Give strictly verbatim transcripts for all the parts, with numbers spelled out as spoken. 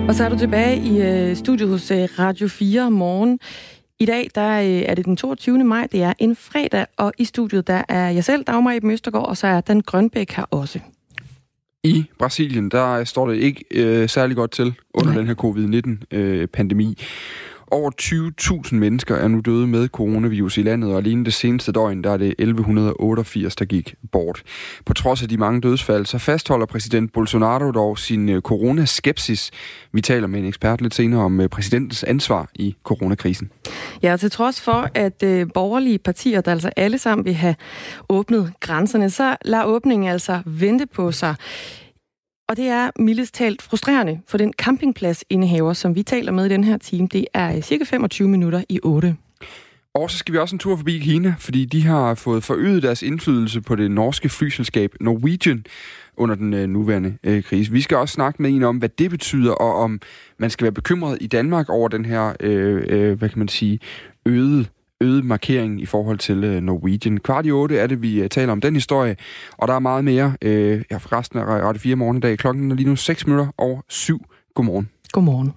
Og så er du tilbage i øh, studiet hos øh, Radio fire Morgen. I dag der øh, er det den toogtyvende maj, det er en fredag, og i studiet der er jeg selv, Dagmar Eben Østergaard, og så er Dan Grønbæk her også. I Brasilien, der står det ikke øh, særlig godt til under Nej. den her covid nitten-pandemi. Øh, Over tyve tusind mennesker er nu døde med coronavirus i landet, og alene det seneste døgn, der er det elleve otteogfirs, der gik bort. På trods af de mange dødsfald, så fastholder præsident Bolsonaro dog sin coronaskepsis. Vi taler med en ekspert lidt senere om præsidentens ansvar i coronakrisen. Ja, til trods for, at øh, borgerlige partier, der altså alle sammen vil have åbnet grænserne, så lader åbningen altså vente på sig. Og det er mildest talt frustrerende for den campingpladsindehaver, som vi taler med i den her time. Det er cirka femogtyve minutter i otte. Og så skal vi også en tur forbi Kina, fordi de har fået forøget deres indflydelse på det norske flyselskab Norwegian under den øh, nuværende øh, krise. Vi skal også snakke med en om, hvad det betyder, og om man skal være bekymret i Danmark over den her, øh, øh, hvad kan man sige, øgede øget markering i forhold til øh, Norwegian. Kvart i otte er det, vi øh, taler om den historie, og der er meget mere øh, ja, for resten af Radio fire Morgen i dag. Klokken er lige nu seks minutter over syv. Godmorgen. Godmorgen.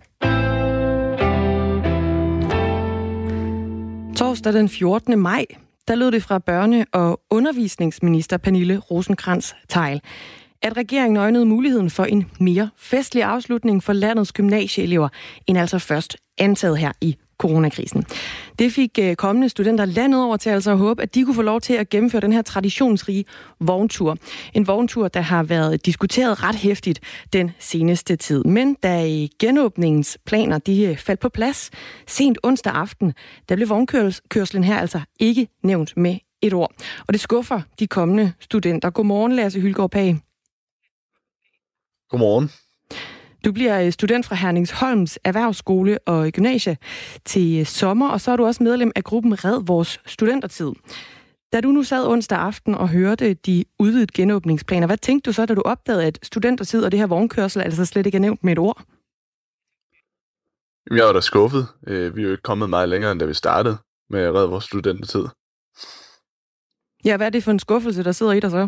Torsdag den fjortende maj, der lød det fra børne- og undervisningsminister Pernille Rosenkrantz-Theil, at regeringen øjnede muligheden for en mere festlig afslutning for landets gymnasieelever, end altså først antaget her i coronakrisen. Det fik kommende studenter landet over til altså at håbe, at de kunne få lov til at gennemføre den her traditionsrige vogntur. En vogntur, der har været diskuteret ret hæftigt den seneste tid. Men da genåbningsplaner de faldt på plads sent onsdag aften, der blev vognkørslen her altså ikke nævnt med et ord. Og det skuffer de kommende studenter. Godmorgen, Lasse Hylgaard Pagh. Godmorgen. Du bliver student fra Herningsholms Erhvervsskole og Gymnasie til sommer, og så er du også medlem af gruppen Red Vores Studentertid. Da du nu sad onsdag aften og hørte de udvidede genåbningsplaner, hvad tænkte du så, da du opdagede, at studentertid og det her vognkørsel altså slet ikke er nævnt med et ord? Jeg var da skuffet. Vi er jo ikke kommet meget længere, end da vi startede med Red Vores Studentertid. Ja, hvad er det for en skuffelse, der sidder i dig så?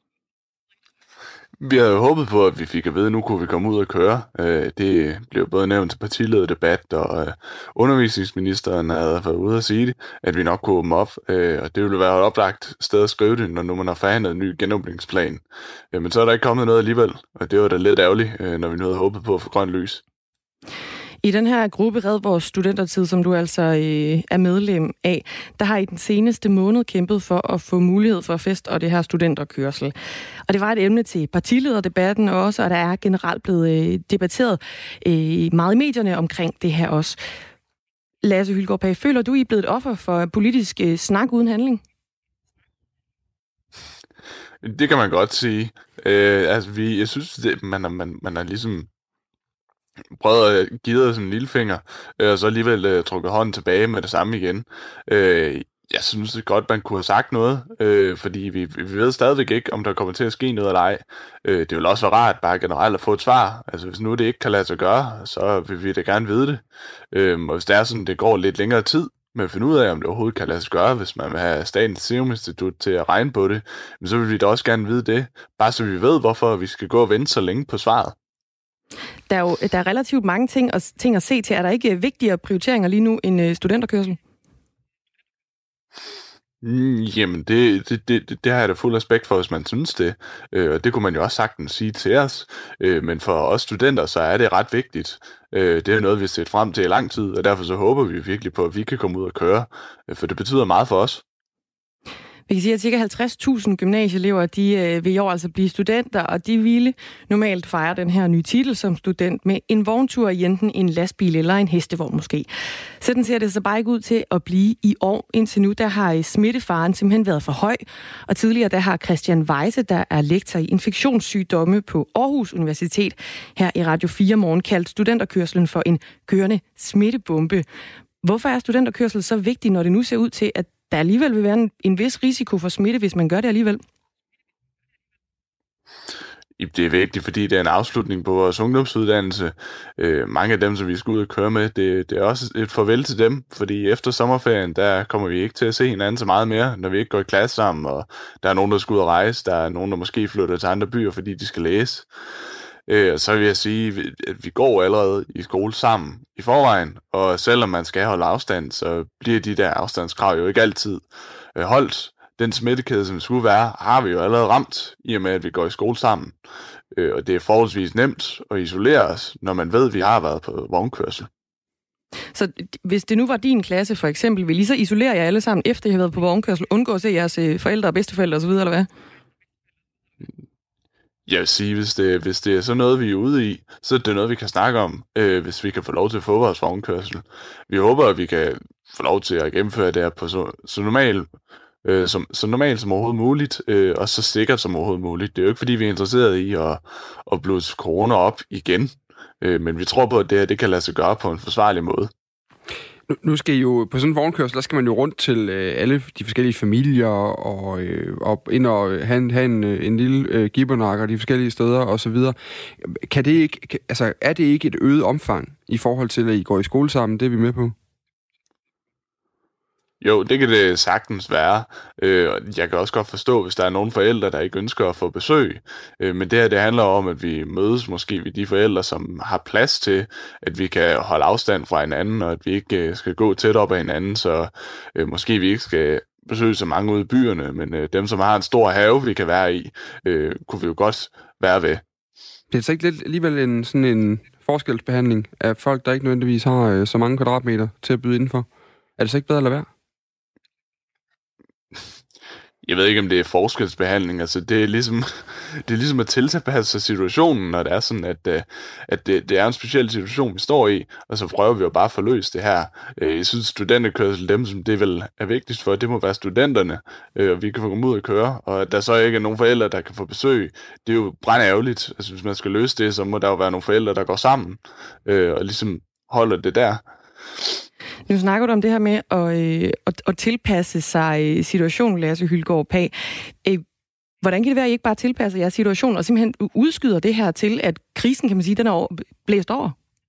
Vi havde jo håbet på, at vi fik at vide, at nu kunne vi komme ud og køre. Det blev både nævnt til partilederdebat, og undervisningsministeren havde været ude at sige det, at vi nok kunne åbne op. Og det ville være et oplagt sted at skrive det, når nu man har forhandlet en ny genåbningsplan. Men så er der ikke kommet noget alligevel, og det var da lidt ærgerligt, når vi nu havde håbet på at få grønt lys. I den her gruppe Red Vores Studentertid, som du altså øh, er medlem af, der har I den seneste måned kæmpet for at få mulighed for fest og det her studenterkørsel. Og det var et emne til partilederdebatten også, og der er generelt blevet øh, debatteret øh, meget i medierne omkring det her også. Lasse Hylgaard Pagh, føler du, I er blevet et offer for politisk øh, snak uden handling? Det kan man godt sige. Øh, altså, vi, jeg synes, det, man, er, man, man er ligesom prøvet at give os en lillefinger, øh, og så alligevel øh, trukket hånden tilbage med det samme igen. Øh, jeg synes det godt, man kunne have sagt noget, øh, fordi vi, vi ved stadigvæk ikke, om der kommer til at ske noget eller ej. Øh, det vil også være rart bare generelt at få et svar. Altså hvis nu det ikke kan lade sig gøre, så vil vi da gerne vide det. Øh, og hvis det er sådan, det går lidt længere tid med at finde ud af, om det overhovedet kan lade sig gøre, hvis man vil have Statens Serum Institut til at regne på det, men så vil vi da også gerne vide det, bare så vi ved, hvorfor vi skal gå og vente så længe på svaret. Der er jo der er relativt mange ting, og, ting at se til. Er der ikke vigtigere prioriteringer lige nu end øh, studenterkørsel? Mm, jamen, det, det, det, det har jeg da fuld respekt for, hvis man synes det. Øh, og det kunne man jo også sagtens sige til os. Øh, men for os studenter, så er det ret vigtigt. Øh, det er noget, vi har set frem til i lang tid, og derfor så håber vi virkelig på, at vi kan komme ud og køre. Øh, for det betyder meget for os. Vi kan sige, at ca. halvtreds tusind gymnasieelever, de øh, vil i år altså blive studenter, og de ville normalt fejre den her nye titel som student med en vogntur i enten en lastbil eller en hestevogn måske. Sådan ser det så bare ikke ud til at blive i år. Indtil nu, der har smittefaren simpelthen været for høj, og tidligere der har Christian Weise, der er lektor i infektionssygdomme på Aarhus Universitet, her i Radio fire Morgen kaldt studenterkørslen for en kørende smittebombe. Hvorfor er studenterkørsel så vigtig, når det nu ser ud til, at der alligevel vil være en, en vis risiko for smitte, hvis man gør det alligevel? Det er vigtigt, fordi det er en afslutning på vores ungdomsuddannelse. Øh, mange af dem, som vi skal ud og køre med, det, det er også et farvel til dem, fordi efter sommerferien, der kommer vi ikke til at se hinanden så meget mere, når vi ikke går i klasse sammen, og der er nogen, der skal ud og rejse, der er nogen, der måske flytter til andre byer, fordi de skal læse. Øh, så vil jeg sige, at vi går allerede i skole sammen i forvejen, og selvom man skal holde afstand, så bliver de der afstandskrav jo ikke altid øh, holdt. Den smittekæde, som skulle være, har vi jo allerede ramt, i og med, at vi går i skole sammen. Øh, og det er forholdsvis nemt at isolere os, når man ved, at vi har været på vognkørsel. Så hvis det nu var din klasse, for eksempel, vil I så isolere jer alle sammen, efter I har været på vognkørsel, undgå at se jeres forældre og bedsteforældre osv., eller hvad? Jeg vil sige, hvis det, hvis det er så noget, vi er ude i, så er det noget, vi kan snakke om, øh, hvis vi kan få lov til at få vores vognkørsel. Vi håber, at vi kan få lov til at gennemføre det her på så, så normalt øh, som, så normalt som overhovedet muligt, øh, og så sikkert som overhovedet muligt. Det er jo ikke, fordi vi er interesseret i at, at blusse corona op igen, øh, men vi tror på, at det her det kan lade sig gøre på en forsvarlig måde. Nu skal I jo, på sådan en vognkørsel, der skal man jo rundt til øh, alle de forskellige familier, og, øh, og ind og have en, have en, en lille øh, gibbernakker de forskellige steder, og så videre. Kan det ikke, kan, altså, er det ikke et øget omfang i forhold til, at I går i skole sammen? Det er vi med på. Jo, det kan det sagtens være. Jeg kan også godt forstå, hvis der er nogle forældre, der ikke ønsker at få besøg. Men det her, det handler om, at vi mødes måske ved de forældre, som har plads til, at vi kan holde afstand fra hinanden, og at vi ikke skal gå tæt op ad hinanden, så måske vi ikke skal besøge så mange ude i byerne, men dem, som har en stor have, vi kan være i, kunne vi jo godt være ved. Det er så ikke lidt alligevel en, sådan en forskelsbehandling af folk, der ikke nødvendigvis har så mange kvadratmeter til at byde indenfor? Er det så ikke bedre at lade være? Jeg ved ikke, om det er forskelsbehandling. Altså, det er ligesom, det er ligesom at tilpasse sig situationen, når det er sådan, at, at det, det er en speciel situation, vi står i, og så prøver vi jo bare at forløse det her. Jeg synes, studenterkørsel, dem som det vel er vigtigst for, det må være studenterne, og vi kan få komme ud og køre, og at der så ikke er nogen forældre, der kan få besøg, det er jo brandærgerligt. Altså, hvis man skal løse det, så må der jo være nogle forældre, der går sammen, og ligesom holder det der. Nu snakker du om det her med at, øh, at, at tilpasse sig situationen, Lasse Hylgaard Pagh. Øh, hvordan kan det være, at I ikke bare tilpasser jeres situation og simpelthen udskyder det her til, at krisen, kan man sige, den er over, blæst over?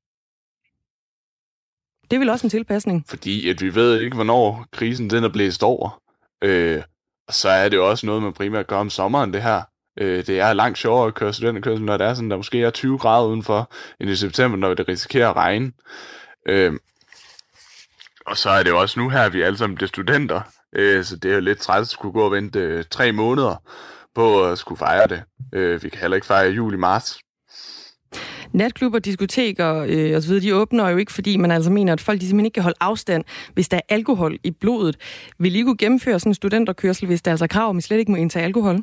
Det er vel også en tilpasning? Fordi at vi ved ikke, hvornår krisen den er blæst over. Øh, og så er det jo også noget, man primært gør om sommeren, det her. Øh, det er langt sjovere at køre studenterkørsel, når det er sådan, der måske er tyve grader udenfor, end i september, når det risikerer at regne. Øh, Og så er det jo også nu her, vi alle sammen bliver studenter, øh, så det er jo lidt træt at skulle gå og vente øh, tre måneder på at skulle fejre det. Øh, vi kan heller ikke fejre jul i marts. Natklubber, diskoteker øh, osv., de åbner jo ikke, fordi man altså mener, at folk de simpelthen ikke kan holde afstand, hvis der er alkohol i blodet. Vil I kunne gennemføre sådan en studenterkørsel, hvis der er altså krav om, at I slet ikke må indtage alkohol?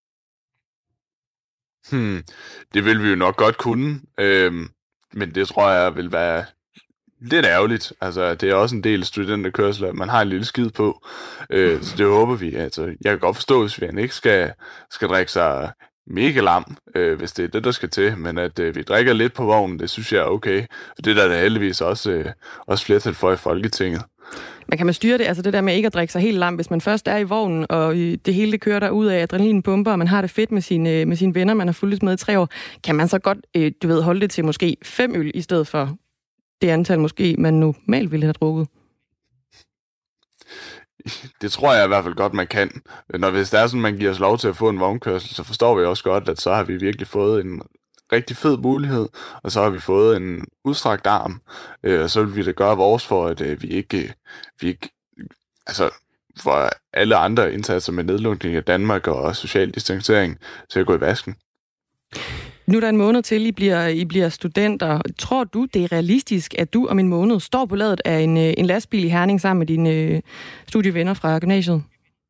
Hmm, det vil vi jo nok godt kunne, øh, men det tror jeg vil være lidt ærgerligt. Altså, det er også en del studenterkørsel, at man har en lille skid på. Øh, så det håber vi. Altså, jeg kan godt forstå, hvis vi ikke skal, skal drikke sig mega lam, øh, hvis det er det, der skal til. Men at øh, vi drikker lidt på vognen, det synes jeg er okay. For det der er der heldigvis også, øh, også flertal for i Folketinget. Men kan man styre det? Altså det der med ikke at drikke sig helt lam, hvis man først er i vognen, og det hele det kører der ud af adrenalinpumper, og man har det fedt med sine, med sine venner, man har fulgt med i tre år, kan man så godt, øh, du ved, holde det til måske fem øl i stedet for det antal måske, man normalt ville have drukket? Det tror jeg i hvert fald godt, man kan. Når hvis det er sådan, man giver os lov til at få en vognkørsel, så forstår vi også godt, at så har vi virkelig fået en rigtig fed mulighed, og så har vi fået en udstrakt arm, øh, og så vil vi da gøre vores for, at øh, vi ikke, vi ikke, altså for alle andre indsatser med nedlukning af Danmark og social distancering til at gå i vasken. Nu er der en måned til, I bliver, I bliver studenter. Tror du, det er realistisk, at du om en måned står på ladet af en, en lastbil i Herning sammen med dine øh, studievenner fra gymnasiet?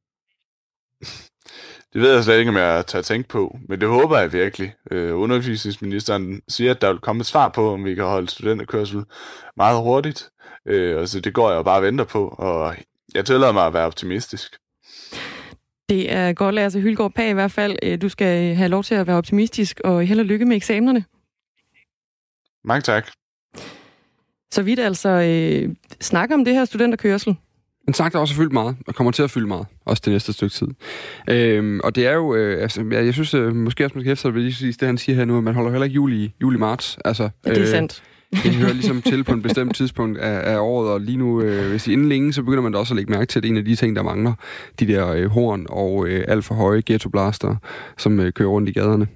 Det ved jeg slet ikke, om jeg tager tænke på, men det håber jeg virkelig. Øh, undervisningsministeren siger, at der vil komme et svar på, om vi kan holde studenterkørsel meget hurtigt. Øh, altså det går jeg jo bare og venter på, og jeg tillader mig at være optimistisk. Det er godt, Lasse Hylgaard Pagh i hvert fald. Du skal have lov til at være optimistisk, og held og lykke med eksamenerne. Mange tak. Så vidt altså øh, snakke om det her studenterkørsel. En snak, der også har fyldt meget, og kommer til at fylde meget, også det næste stykke tid. Øhm, og det er jo, øh, altså, jeg synes øh, måske også, man skal efter det, det han siger her nu, at man holder heller ikke jul i, jul i marts. Altså, ja, det er sandt. Det hører ligesom til på en bestemt tidspunkt af, af året, og lige nu, øh, hvis I inden længe, så begynder man da også at lægge mærke til, at en af de ting, der mangler, de der øh, horn og øh, alt for høje ghettoblaster, som øh, kører rundt i gaderne.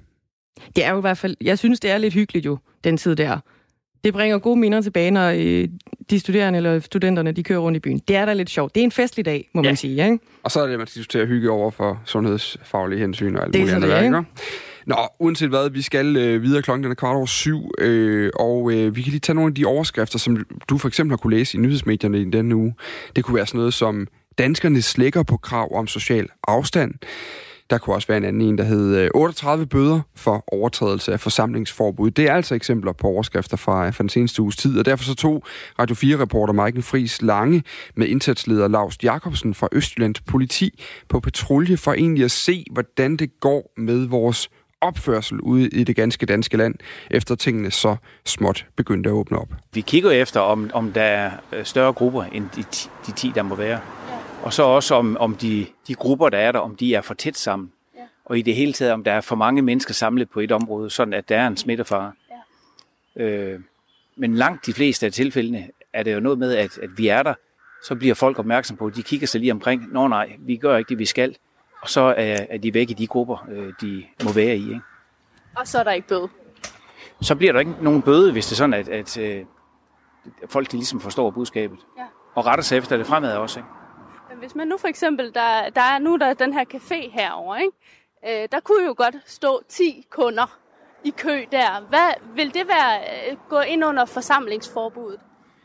Det er jo i hvert fald, jeg synes, det er lidt hyggeligt jo, den tid der. Det bringer gode minder tilbage, når øh, de studerende eller studenterne, de kører rundt i byen. Det er da lidt sjovt. Det er en festlig dag, må ja. man sige, ikke? Og så er det, man skal diskutere hygge over for sundhedsfaglige hensyn og alt det muligt andet. Det, ikke? Nå, uanset hvad, vi skal øh, videre klokken den er kvart over syv, øh, og øh, vi kan lige tage nogle af de overskrifter, som du for eksempel har kunne læse i nyhedsmedierne i denne uge. Det kunne være sådan noget som, danskerne slækker på krav om social afstand. Der kunne også være en anden en, der hed otteogtredive bøder for overtrædelse af forsamlingsforbud. Det er altså eksempler på overskrifter fra, fra den seneste uges tid, og derfor så tog Radio fire-reporter Maiken Friis Lange med indsatsleder Laust Jacobsen fra Østjyllands politi på patrulje for egentlig at se, hvordan det går med vores opførsel ude i det ganske danske land, efter tingene så småt begyndte at åbne op. Vi kigger efter, om, om der er større grupper end de, de ti, der må være. Og så også om, om de, de grupper, der er der, om de er for tæt sammen. Ja. Og i det hele taget, om der er for mange mennesker samlet på et område, sådan at der er en smittefare. Ja. Øh, men langt de fleste af tilfældene er det jo noget med, at, at vi er der. Så bliver folk opmærksom på, at de kigger sig lige omkring. Nå nej, vi gør ikke det, vi skal. Og så er, er de væk i de grupper, øh, de må være i. Ikke? Og så er der ikke bøde? Så bliver der ikke nogen bøde, hvis det er sådan, at, at, at folk de ligesom forstår budskabet. Ja. Og retter sig efter det fremad også, ikke? Hvis man nu for eksempel, der, der er nu der er den her café herovre, ikke? Øh, der kunne jo godt stå ti kunder i kø der. Hvad vil det være gå ind under forsamlingsforbuddet?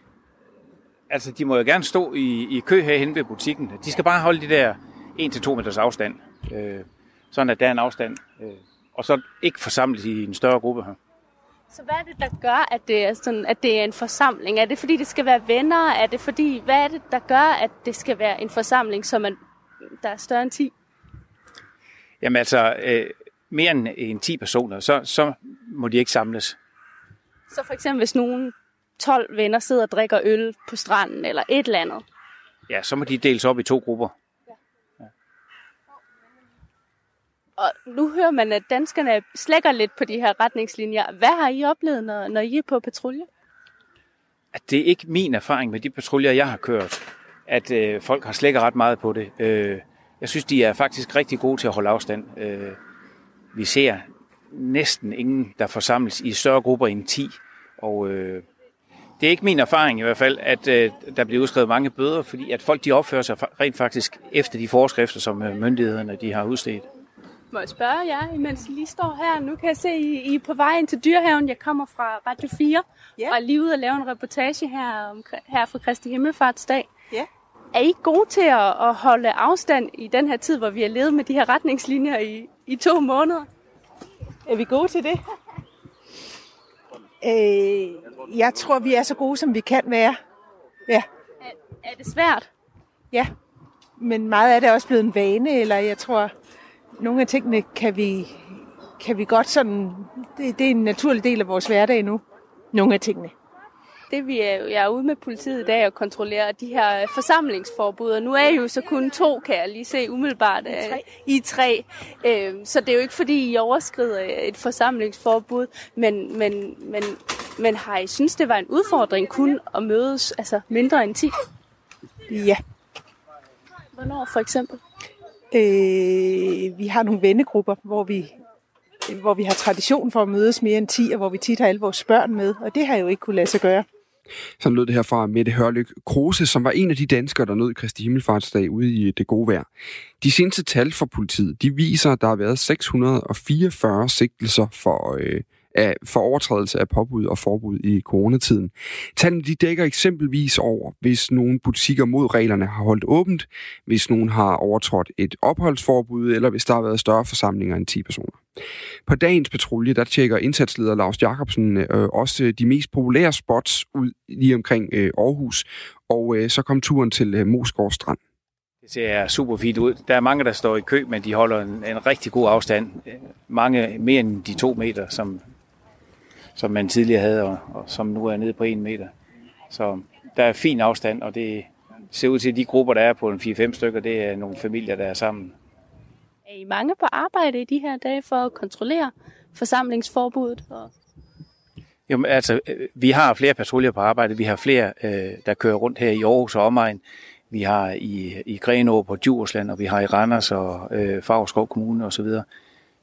Altså, de må jo gerne stå i, i kø herhenne ved butikken. De skal bare holde de der en til to meters afstand, øh, sådan at der er en afstand. Øh, og så ikke forsamles i en større gruppe her. Så hvad er det, der gør, at det er sådan, at det er en forsamling? Er det fordi, det skal være venner? Er det fordi, hvad er det, der gør, at det skal være en forsamling, som man, der er større end ti? Jamen altså, øh, mere end, end ti personer, så, så må de ikke samles. Så for eksempel, hvis nogen tolv venner sidder og drikker øl på stranden, eller et eller andet? Ja, så må de deles op i to grupper. Ja. Ja. Og nu hører man, at danskerne slækker lidt på de her retningslinjer. Hvad har I oplevet, når, når I er på patrulje? At det er ikke min erfaring med de patruljer, jeg har kørt, at øh, folk har slækket ret meget på det. Øh, jeg synes, de er faktisk rigtig gode til at holde afstand. Øh, vi ser næsten ingen, der forsamles i større grupper end ti. Og øh, det er ikke min erfaring i hvert fald, at øh, der bliver udskrevet mange bøder, fordi at folk de opfører sig rent faktisk efter de forskrifter, som øh, myndighederne de har udstedt. Må jeg spørge jer, imens I lige står her? Nu kan jeg se, at I er på vej ind til Dyrehaven. Jeg kommer fra Radio fire, yeah. og er lige ude og lave en reportage her, om, her fra Kristi Himmelfartsdag. Yeah. Er I gode til at, at holde afstand i den her tid, hvor vi har levet med de her retningslinjer i, i to måneder? Er vi gode til det? øh, jeg tror, vi er så gode, som vi kan være. Ja. Er, er det svært? Ja, men meget af det er også blevet en vane, eller jeg tror... Nogle af tingene kan vi, kan vi godt sådan, det, det er en naturlig del af vores hverdag nu. Nogle af tingene. Det vi er, jeg er ude med politiet i dag og kontrollerer de her forsamlingsforbud, og nu er I jo så kun to, kan jeg lige se umiddelbart. I tre. I tre. Så det er jo ikke fordi, I overskrider et forsamlingsforbud, men, men, men, men har I synes, det var en udfordring kun at mødes altså mindre end ti? Ja. Hvornår for eksempel? Øh, vi har nogle vennegrupper, hvor vi, hvor vi har tradition for at mødes mere end ti, og hvor vi tit har alle vores børn med, og det har jo ikke kunne lade sig gøre. Sådan lød det her fra Mette Hørlyk Kruse, som var en af de danskere, der nød Kristi Himmelfartsdag ude i det gode vejr. De seneste tal fra politiet, de viser, at der har været seks hundrede og fireogfyrre sigtelser for, øh, af, for overtrædelse af påbud og forbud i coronatiden. Tallene de dækker eksempelvis over, hvis nogle butikker mod reglerne har holdt åbent, hvis nogen har overtrådt et opholdsforbud, eller hvis der har været større forsamlinger end ti personer. På dagens patrulje, der tjekker indsatsleder Laust Jacobsen øh, også de mest populære spots ud lige omkring øh, Aarhus, og øh, så kom turen til øh, Moesgaard Strand. Det ser super fint ud. Der er mange, der står i kø, men de holder en, en rigtig god afstand. Mange mere end de to meter, som, som man tidligere havde, og, og som nu er nede på en meter. Så der er fin afstand, og det ser ud til, at de grupper, der er på en fire fem stykker, det er nogle familier, der er sammen. Er I mange på arbejde i de her dage for at kontrollere forsamlingsforbuddet? Og... Jo, altså, vi har flere patruljer på arbejde. Vi har flere, øh, der kører rundt her i Aarhus og omegn. Vi har i, i Grenaa på Djursland, og vi har i Randers og øh, Favrskov Kommune osv.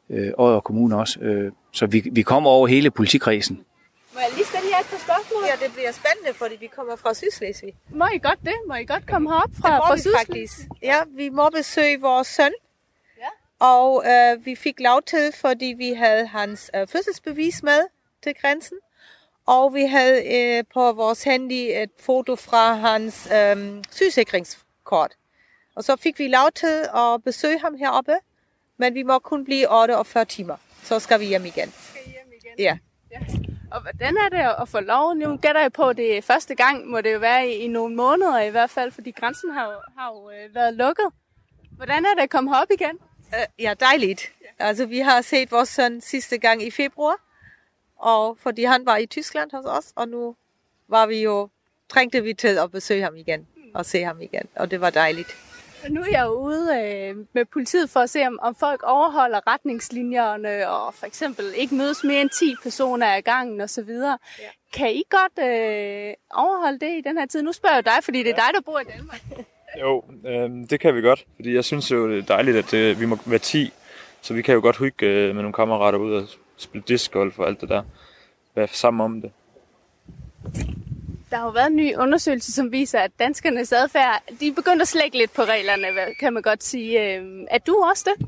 øh, Odder Kommune også. Øh, så vi, vi kommer over hele politikredsen. Må jeg lige stille jer et par spørgsmål? Ja, det bliver spændende, fordi vi kommer fra Sydslesvig. Må I godt det? Må I godt komme herop fra, det må fra vi Sydslesvig? faktisk. Ja, vi må besøge vores søn. Ja. Og øh, vi fik lov til, fordi vi havde hans øh, fødselsbevis med til grænsen. Og vi havde øh, på vores handy et foto fra hans øh, sygesikringskort. Og så fik vi lov til at besøge ham heroppe. Men vi må kun blive otteogfyrre timer. Så skal vi hjem igen. Skal I hjem igen? Ja. Ja. Og hvordan er det at få lov? Nu gætter jeg på, at det er første gang, må det jo være i, i nogle måneder i hvert fald, fordi grænsen har jo, har jo øh, været lukket. Hvordan er det at komme herop igen? Uh, ja, dejligt. Ja. Altså, vi har set vores søn sidste gang i februar, og fordi han var i Tyskland hos os, og nu var vi jo, trængte vi til at besøge ham igen, og se ham igen, og det var dejligt. Nu er jeg jo ude øh, med politiet for at se, om, om folk overholder retningslinjerne, og for eksempel ikke mødes mere end ti personer ad gangen osv. Ja. Kan I godt øh, overholde det i den her tid? Nu spørger jeg dig, fordi det er dig, der bor i Danmark. Jo, øh, det kan vi godt, fordi jeg synes jo, det er dejligt, at øh, vi må være ti, så vi kan jo godt hygge øh, med nogle kammerater ud og spille discgolf og alt det der. Være sammen om det. Der har jo været en ny undersøgelse, som viser, at danskernes adfærd, de er begyndt at slække lidt på reglerne, kan man godt sige. Er du også det?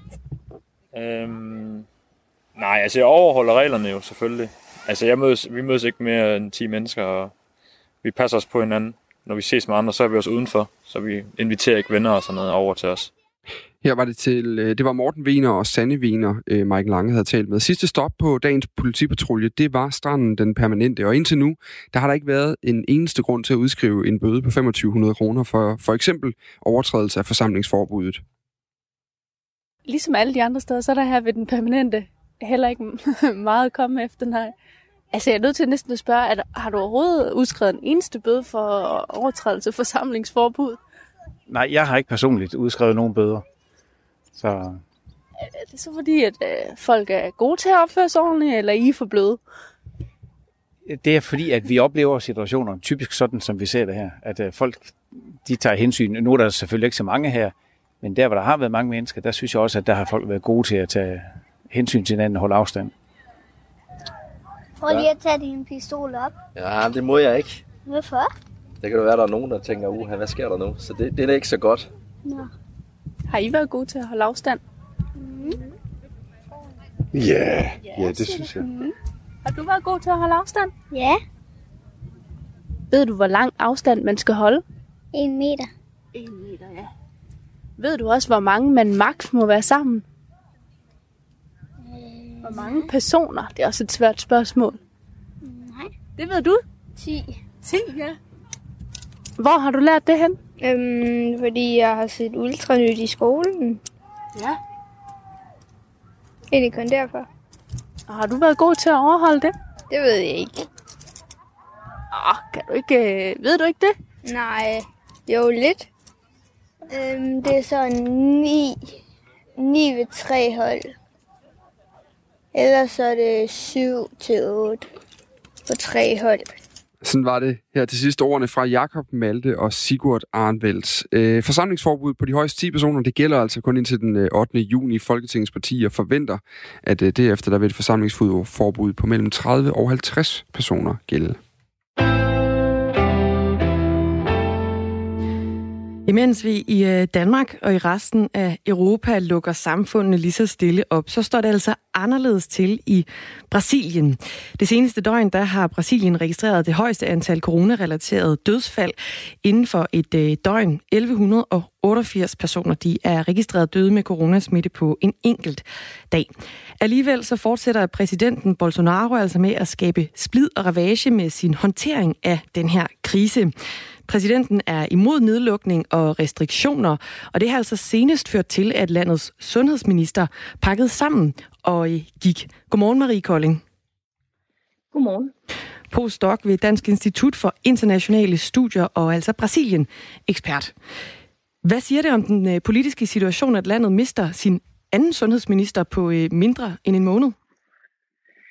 Øhm, nej, altså jeg overholder reglerne jo selvfølgelig. Altså jeg mødes, vi mødes ikke mere end ti mennesker, og vi passer os på hinanden. Når vi ses med andre, så er vi også udenfor, så vi inviterer ikke venner og sådan noget over til os. Her var det til, det var Morten Wiener og Sanne Wiener, Michael Lange havde talt med. Sidste stop på dagens politipatrulje, det var Stranden den permanente. Og indtil nu, der har der ikke været en eneste grund til at udskrive en bøde på femogtyve hundrede kroner for for eksempel overtrædelse af forsamlingsforbuddet. Ligesom alle de andre steder, så er der her ved den permanente heller ikke meget at komme efter. Nej. Altså jeg er nødt til næsten at spørge, at, har du overhovedet udskrevet en eneste bøde for overtrædelse af forsamlingsforbud? Nej, jeg har ikke personligt udskrevet nogen bøder. Så... Er det så fordi, at øh, folk er gode til at opføre sig ordentligt, eller er I for bløde? Det er fordi, at vi oplever situationer typisk sådan, som vi ser det her. At øh, folk, de tager hensyn. Nu er der selvfølgelig ikke så mange her, men der, hvor der har været mange mennesker, der synes jeg også, at der har folk været gode til at tage hensyn til hinanden og holde afstand. Prøv lige at tage din pistol op. Ja, det må jeg ikke. Hvorfor? Det kan jo være, der er nogen, der tænker, uha, hvad sker der nu? Så det, det er ikke så godt. Nå. Har I været gode til at holde afstand? Mm. Ja, ja, det synes jeg. Mm. Har du været god til at holde afstand? Ja. Ved du, hvor lang afstand man skal holde? En meter. En meter, ja. Ved du også, hvor mange man maks må være sammen? Øh, hvor mange personer? Det er også et svært spørgsmål. Nej. Det ved du? ti. ti, ja. Hvor har du lært det hen? Øhm, fordi jeg har set Ultranyt i skolen. Ja. Det er kun derfor. Og har du været god til at overholde det? Det ved jeg ikke. Åh, kan du ikke... Øh, ved du ikke det? Nej, jo lidt. Øhm, det er så ni, ni ved tre hold. Ellers så er det syv til otte på tre hold. Sådan var det her til sidste ordene fra Jakob Malte og Sigurd Arnveldt. Øh, forsamlingsforbuddet på de højst ti personer, det gælder altså kun indtil den ottende juni. Folketingets partier forventer, at øh, derefter der vil et forsamlingsforbud på mellem tredive og halvtreds personer gælde. Imens vi i Danmark og i resten af Europa lukker samfundene lige så stille op, så står det altså anderledes til i Brasilien. Det seneste døgn, der har Brasilien registreret det højeste antal coronarelaterede dødsfald inden for et døgn. elleve otteogfirs personer, de er registreret døde med coronasmitte på en enkelt dag. Alligevel så fortsætter præsidenten Bolsonaro altså med at skabe splid og ravage med sin håndtering af den her krise. Præsidenten er imod nedlukning og restriktioner, og det har altså senest ført til, at landets sundhedsminister pakkede sammen og gik. Godmorgen, Marie Kolding. Godmorgen. Postdoc ved Dansk Institut for Internationale Studier og altså Brasilien-ekspert. Hvad siger det om den politiske situation, at landet mister sin anden sundhedsminister på mindre end en måned?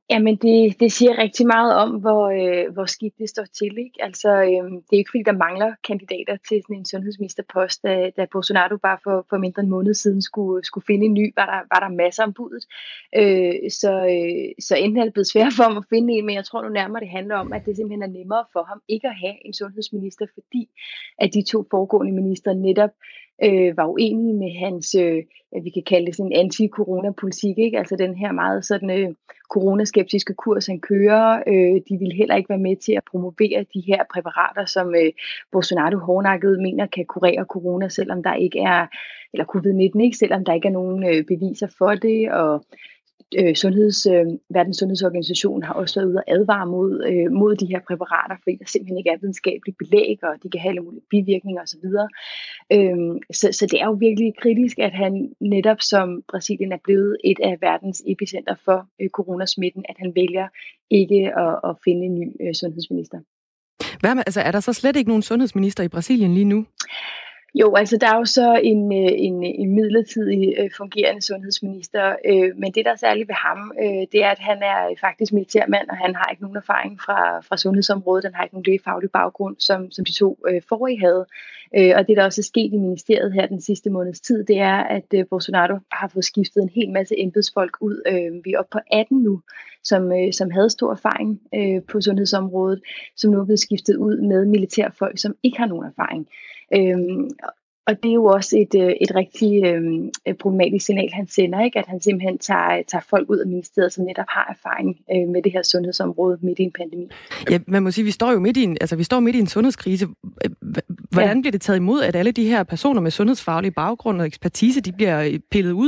Jamen, det, det siger rigtig meget om, hvor, øh, hvor skidt det står til. Ikke? Altså, øh, det er ikke fordi, der mangler kandidater til sådan en sundhedsministerpost. Da, da Bolsonaro bare for, for mindre en måned siden skulle, skulle finde en ny, var der, var der masser om budet. Øh, så, øh, så enten er det blevet svært for ham at finde en, men jeg tror nu nærmere, det handler om, at det simpelthen er nemmere for ham ikke at have en sundhedsminister, fordi at de to foregående minister netop øh, var uenige med hans, øh, vi kan kalde det sådan en anti-corona-politik, ikke? Altså den her meget sådan øh, coronaskeptiske kurs, han kører. Øh, de ville heller ikke være med til at promovere de her præparater, som øh, Bolsonaro hårdnakket mener kan kurere corona, selvom der ikke er, eller covid nitten, ikke? Selvom der ikke er nogen øh, beviser for det, og Øh, sundheds, øh, Verdens Sundhedsorganisation har også været ude og advare mod, øh, mod de her præparater, fordi der simpelthen ikke er videnskabeligt belæg, og de kan have alle mulige bivirkninger osv. Øh, så, så det er jo virkelig kritisk, at han netop som Brasilien er blevet et af verdens epicenter for øh, coronasmitten, at han vælger ikke at, at finde en ny øh, sundhedsminister. Hvad med, altså, er der så slet ikke nogen sundhedsminister i Brasilien lige nu? Jo, altså der er jo så en, en, en midlertidig øh, fungerende sundhedsminister, øh, men det der er særligt ved ham, øh, det er, at han er faktisk militærmand, og han har ikke nogen erfaring fra, fra sundhedsområdet, han har ikke nogen lægefaglig baggrund, som, som de to øh, forrige havde. Øh, og det der også er sket i ministeriet her den sidste måneds tid, det er, at øh, Bolsonaro har fået skiftet en hel masse embedsfolk ud. Øh, vi er oppe på atten nu, som, øh, som havde stor erfaring øh, på sundhedsområdet, som nu er blevet skiftet ud med militærfolk, som ikke har nogen erfaring. Øhm, og det er jo også et, et rigtig øhm, problematisk signal, han sender, ikke? At han simpelthen tager, tager folk ud af ministeriet, som netop har erfaring øh, med det her sundhedsområde midt i en pandemi. Ja, man må sige, vi står jo midt i en, altså, vi står midt i en sundhedskrise. Hvordan ja. bliver det taget imod, at alle de her personer med sundhedsfaglig baggrund og ekspertise, de bliver pillet ud?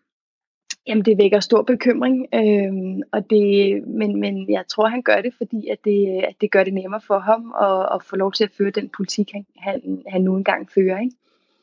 Jamen, det vækker stor bekymring, øhm, og det, men, men jeg tror, han gør det, fordi at det, at det gør det nemmere for ham at, at få lov til at føre den politik, han, han, han nu engang fører, ikke?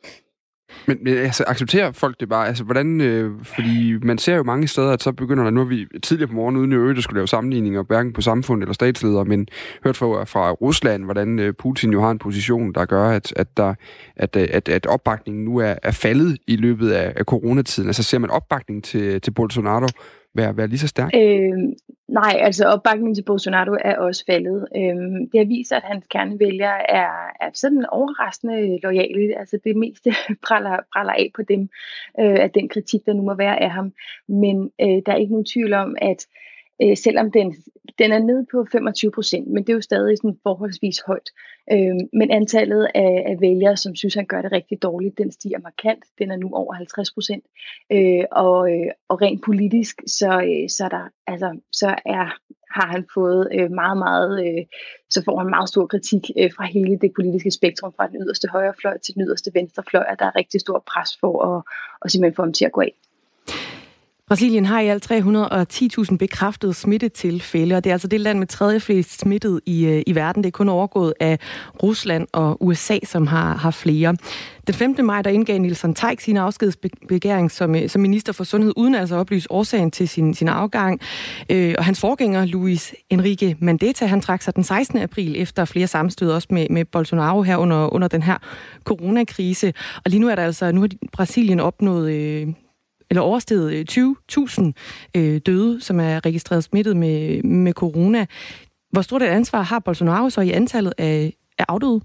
Men, men altså, accepterer folk det bare? Altså, hvordan, øh, fordi man ser jo mange steder, at så begynder der, nu har vi tidligere på morgen uden i øvrigt, der skulle lave sammenligninger, hverken på samfund eller statsledere, men hørt fra, fra Rusland, hvordan øh, Putin jo har en position, der gør, at, at, der, at, at, at opbakningen nu er, er faldet i løbet af, af coronatiden. Altså, ser man opbakning til, til Bolsonaro være, være lige så stærk? Øh, nej, altså opbakningen til Bolsonaro er også faldet. Øh, det har vist, at hans kernevælgere er, er sådan overraskende loyale. Altså det meste praller, praller af på dem, øh, af den kritik, der nu må være af ham. Men øh, der er ikke nogen tvivl om, at øh, selvom den, den er nede på femogtyve procent, men det er jo stadig sådan forholdsvis højt. Øh, men antallet af, af vælgere, som synes, han gør det rigtig dårligt, den stiger markant. Den er nu over halvtreds procent. Øh, og, øh, og rent politisk, så, øh, så, der, altså, så er, har han fået øh, meget, meget, øh, så får han meget stor kritik øh, fra hele det politiske spektrum, fra den yderste højrefløj til den yderste venstrefløj, og der er rigtig stor pres for at, at simpelthen få ham til at gå af. Brasilien har i alt tre hundrede og ti tusind bekræftede smittetilfælde, og det er altså det land med tredje flest smittet i, i verden. Det er kun overgået af Rusland og U S A, som har, har flere. Den femte maj, der indgav Nielsen Teich sin afskedsbegæring som, som minister for sundhed, uden altså at oplyse årsagen til sin, sin afgang. Øh, og hans forgænger, Luis Henrique Mandetta, han trak sig den sekstende april efter flere sammenstød også med, med Bolsonaro her under, under den her coronakrise. Og lige nu er der altså, nu har Brasilien opnået Øh, eller oversteget tyve tusind øh, døde, som er registreret smittet med, med corona. Hvor stort et ansvar har Bolsonaro så i antallet af, af afdøde?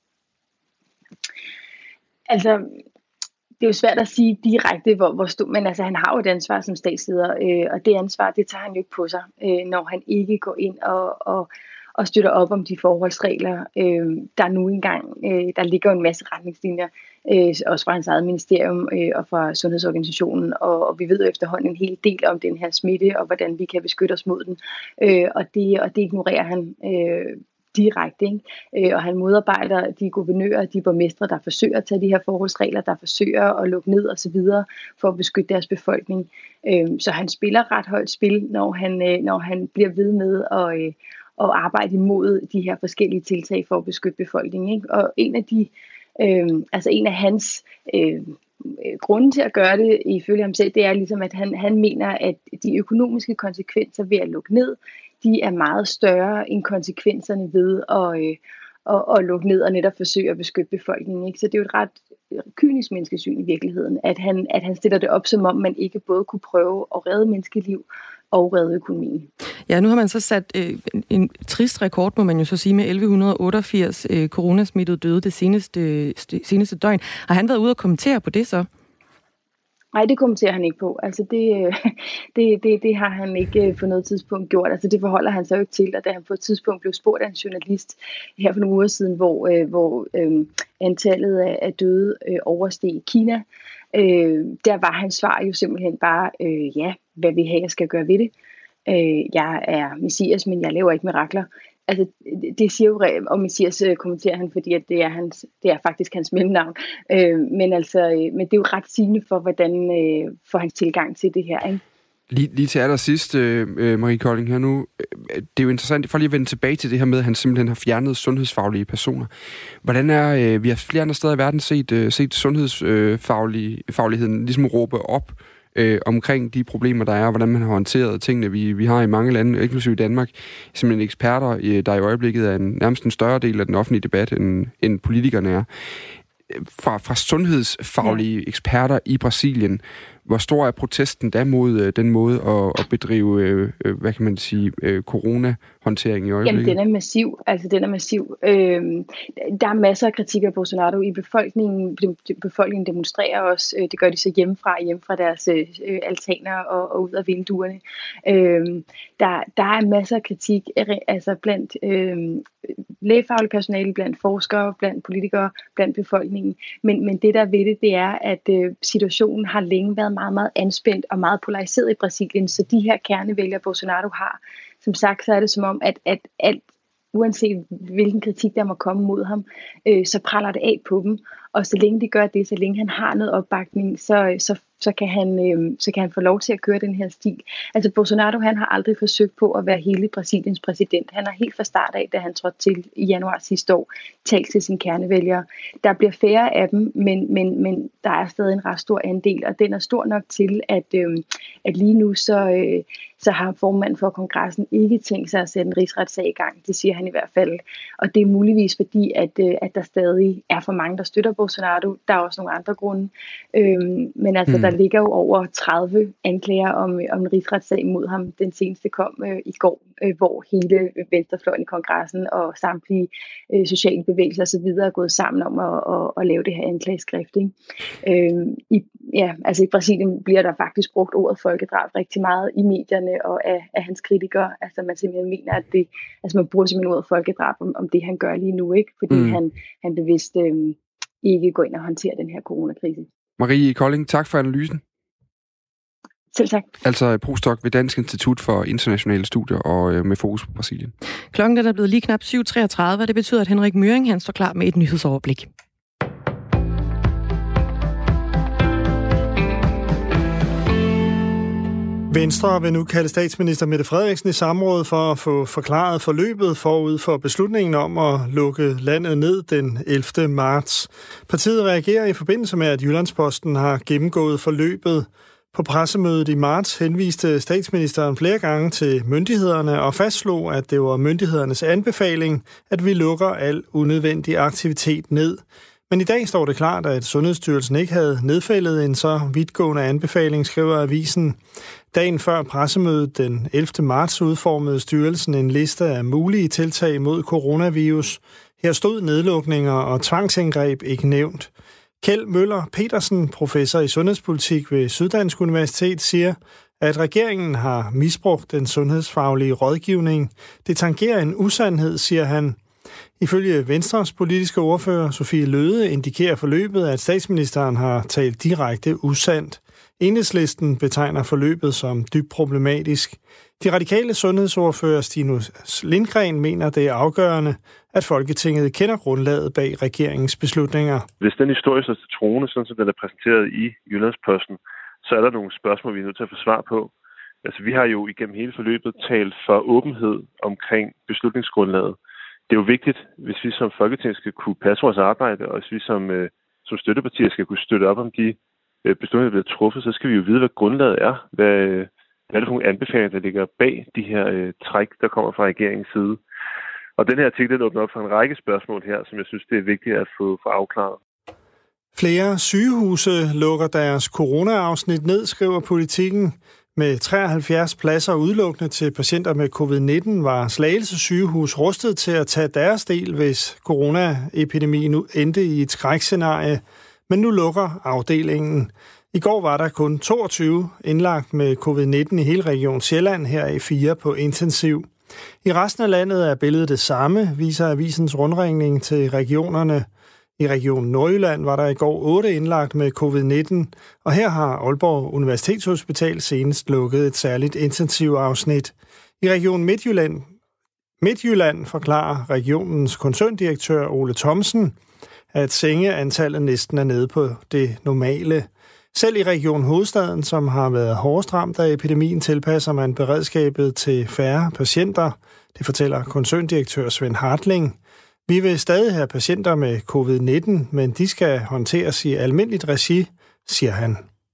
Altså, det er jo svært at sige direkte, hvor, hvor stort, men altså, han har jo et ansvar som statsleder, øh, og det ansvar, det tager han jo ikke på sig, øh, når han ikke går ind og, og og støtter op om de forholdsregler, øh, der nu engang, øh, der ligger en masse retningslinjer, øh, også fra hans eget ministerium øh, og fra Sundhedsorganisationen, og, og vi ved jo efterhånden en hel del om den her smitte, og hvordan vi kan beskytte os mod den, øh, og, det, og det ignorerer han øh, direkte, ikke? Øh, og han modarbejder de guvernører, de borgmestre, der forsøger at tage de her forholdsregler, der forsøger at lukke ned og så videre for at beskytte deres befolkning. Øh, så han spiller ret højt spil, når han, øh, når han bliver ved med at øh, og arbejde imod de her forskellige tiltag for at beskytte befolkningen, ikke? Og en af de, øh, altså en af hans øh, grunde til at gøre det, ifølge ham selv, det er ligesom, at han, han mener, at de økonomiske konsekvenser ved at lukke ned, de er meget større end konsekvenserne ved at, øh, at, at lukke ned og netop forsøge at beskytte befolkningen, ikke? Så det er jo et ret kynisk menneskesyn i virkeligheden, at han, at han stiller det op, som om man ikke både kunne prøve at redde menneskeliv, og redde økonomien. Ja, nu har man så sat øh, en trist rekord, må man jo så sige, med elleve otteogfirs øh, coronasmittede døde det seneste, det seneste døgn. Har han været ude og kommentere på det så? Nej, det kommenterer han ikke på. Altså det, det, det, det har han ikke på noget tidspunkt gjort. Altså det forholder han sig jo ikke til, og da han på et tidspunkt blev spurgt af en journalist her for nogle uger siden, hvor, hvor øh, antallet af, af døde øh, oversteg i Kina, øh, der var hans svar jo simpelthen bare, øh, ja, hvad vil have, jeg skal gøre ved det. Øh, jeg er messias, men jeg laver ikke mirakler. Altså, det siger jo, og Messias kommenterer han, fordi at det, er hans, det er faktisk hans mellemnavn. Øh, men, altså, men det er jo ret sigende for, hvordan øh, for hans tilgang til det her, ikke? Lige, lige til allersidst, øh, Marie Kolding, her nu. Det er jo interessant, for lige at vende tilbage til det her med, at han simpelthen har fjernet sundhedsfaglige personer. Hvordan er, øh, vi har flere andre steder i verden set, øh, set sundhedsfagligheden ligesom råbe op Øh, omkring de problemer, der er, og hvordan man har håndteret tingene. Vi, vi har i mange lande, inklusive i Danmark, simpelthen eksperter, øh, der i øjeblikket er en, nærmest en større del af den offentlige debat, end, end politikerne er. Fra, fra sundhedsfaglige eksperter i Brasilien, hvor stor er protesten da mod øh, den måde at, at bedrive, øh, hvad kan man sige, øh, corona-håndtering i øjeblikket? Jamen, den er massiv. Altså, den er massiv. Øh, der er masser af kritik af Bolsonaro i befolkningen. Befolkningen demonstrerer også. Det gør de så hjemmefra, hjemme fra deres øh, altaner og, og ud af vinduerne. Øh, der, der er masser af kritik, altså blandt øh, lægefaglig personale, blandt forskere, blandt politikere, blandt befolkningen. Men, men det der ved det, det er, at øh, situationen har længe været meget, meget anspændt og meget polariseret i Brasilien, så de her kernevælgere, Bolsonaro har, som sagt, så er det som om, at, at alt, uanset hvilken kritik der må komme mod ham, øh, så praller det af på dem, og så længe de gør det, så længe han har noget opbakning, så, så, så, kan han, øh, så kan han få lov til at køre den her stil. Altså Bolsonaro, han har aldrig forsøgt på at være hele Brasiliens præsident. Han har helt fra start af, da han trådte til i januar sidste år, talt til sine kernevælgere. Der bliver færre af dem, men, men, men der er stadig en ret stor andel, og den er stor nok til, at, øh, at lige nu så, øh, så har formanden for kongressen ikke tænkt sig at sætte en rigsretssag i gang. Det siger han i hvert fald. Og det er muligvis fordi, at, øh, at der stadig er for mange, der støtter Bolsonaro. Der er også nogle andre grunde. Øhm, men altså, mm. der ligger jo over tredive anklager om, om en rigsretssag mod ham. Den seneste kom øh, i går, øh, hvor hele venstrefløjen i kongressen og samtlige øh, sociale bevægelser osv. er gået sammen om at, at, at lave det her anklageskrift. Ikke? Øhm, i, ja, altså i Brasilien bliver der faktisk brugt ordet folkedrab rigtig meget i medierne og af, af hans kritikere. Altså man simpelthen mener, at det, altså man bruger simpelthen ordet folkedrab om, om det, han gør lige nu, ikke? Fordi mm. han, han bevidst øh, ikke går ind og håndterer den her coronakrise. Marie Kolding, tak for analysen. Selv tak. Altså postdoc ved Dansk Institut for Internationale Studier og øh, med fokus på Brasilien. Klokken er der blevet lige knap syv treogtredive, og det betyder, at Henrik Møring han står klar med et nyhedsoverblik. Venstre vil nu kalde statsminister Mette Frederiksen i samråd for at få forklaret forløbet forud for beslutningen om at lukke landet ned den ellevte marts. Partiet reagerer i forbindelse med, at Jyllandsposten har gennemgået forløbet. På pressemødet i marts henviste statsministeren flere gange til myndighederne og fastslog, at det var myndighedernes anbefaling, at vi lukker al unødvendig aktivitet ned. Men i dag står det klart, at Sundhedsstyrelsen ikke havde nedfældet en så vidtgående anbefaling, skriver avisen. Dagen før pressemødet den ellevte marts udformede styrelsen en liste af mulige tiltag mod coronavirus. Her stod nedlukninger og tvangsindgreb ikke nævnt. Kjeld Møller Petersen, professor i sundhedspolitik ved Syddansk Universitet, siger, at regeringen har misbrugt den sundhedsfaglige rådgivning. Det tangerer en usandhed, siger han. Ifølge Venstres politiske ordfører Sofie Løhde indikerer forløbet, at statsministeren har talt direkte usandt. Enhedslisten betegner forløbet som dybt problematisk. De radikale sundhedsordfører Stinus Lindgren mener, det er afgørende, at Folketinget kender grundlaget bag regeringens beslutninger. Hvis den historie står til troende, sådan som den er præsenteret i Jyllandsposten, så er der nogle spørgsmål, vi er nødt til at få svar på. Altså, vi har jo igennem hele forløbet talt for åbenhed omkring beslutningsgrundlaget. Det er jo vigtigt, hvis vi som Folketing skal kunne passe vores arbejde, og hvis vi som, øh, som støttepartier skal kunne støtte op om de øh, beslutninger, der bliver truffet, så skal vi jo vide, hvad grundlaget er. Hvad, hvad er det for nogle anbefalinger, der ligger bag de her øh, træk, der kommer fra regeringens side. Og den her artikel, den åbner op for en række spørgsmål her, som jeg synes, det er vigtigt at få, få afklaret. Flere sygehuse lukker deres corona-afsnit ned, skriver Politikken. Med treoghalvfjerds pladser udelukkende til patienter med covid nitten var Slagelse sygehus rustet til at tage deres del, hvis coronaepidemien nu endte i et skrækscenarie, men nu lukker afdelingen. I går var der kun toogtyve indlagt med covid nitten i hele Region Sjælland, her i fire på intensiv. I resten af landet er billedet det samme, viser avisens rundringning til regionerne. I Region Nordjylland var der i går otte indlagt med covid nitten, og her har Aalborg Universitetshospital senest lukket et særligt intensivafsnit. I Region Midtjylland, Midtjylland forklarer regionens koncerndirektør Ole Thomsen, at sengeantallet næsten er nede på det normale. Selv i Region Hovedstaden, som har været hårdest ramt af epidemien, tilpasser man beredskabet til færre patienter. Det fortæller koncerndirektør Svend Hartling. Vi vil stadig have patienter med covid nitten, men de skal håndteres i almindeligt regi, siger han.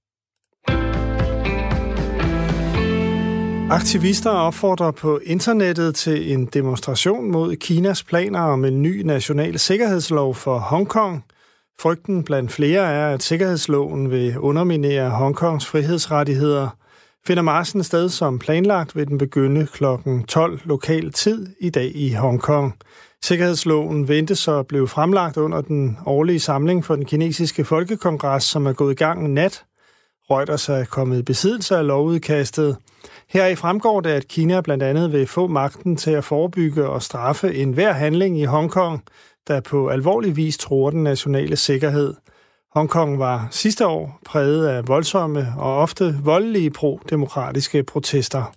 Aktivister opfordrer på internettet til en demonstration mod Kinas planer om en ny national sikkerhedslov for Hongkong. Frygten blandt flere er, at sikkerhedsloven vil underminere Hongkongs frihedsrettigheder. Finder marchen sted som planlagt, vil den begynde klokken tolv lokal tid i dag i Hongkong. Sikkerhedsloven ventes så at blive fremlagt under den årlige samling for den kinesiske folkekongres, som er gået i gang nat. Reuters er kommet i besiddelse af lovudkastet. Heri fremgår det, at Kina blandt andet vil få magten til at forebygge og straffe enhver handling i Hongkong, der på alvorlig vis truer den nationale sikkerhed. Hongkong var sidste år præget af voldsomme og ofte voldelige pro-demokratiske protester.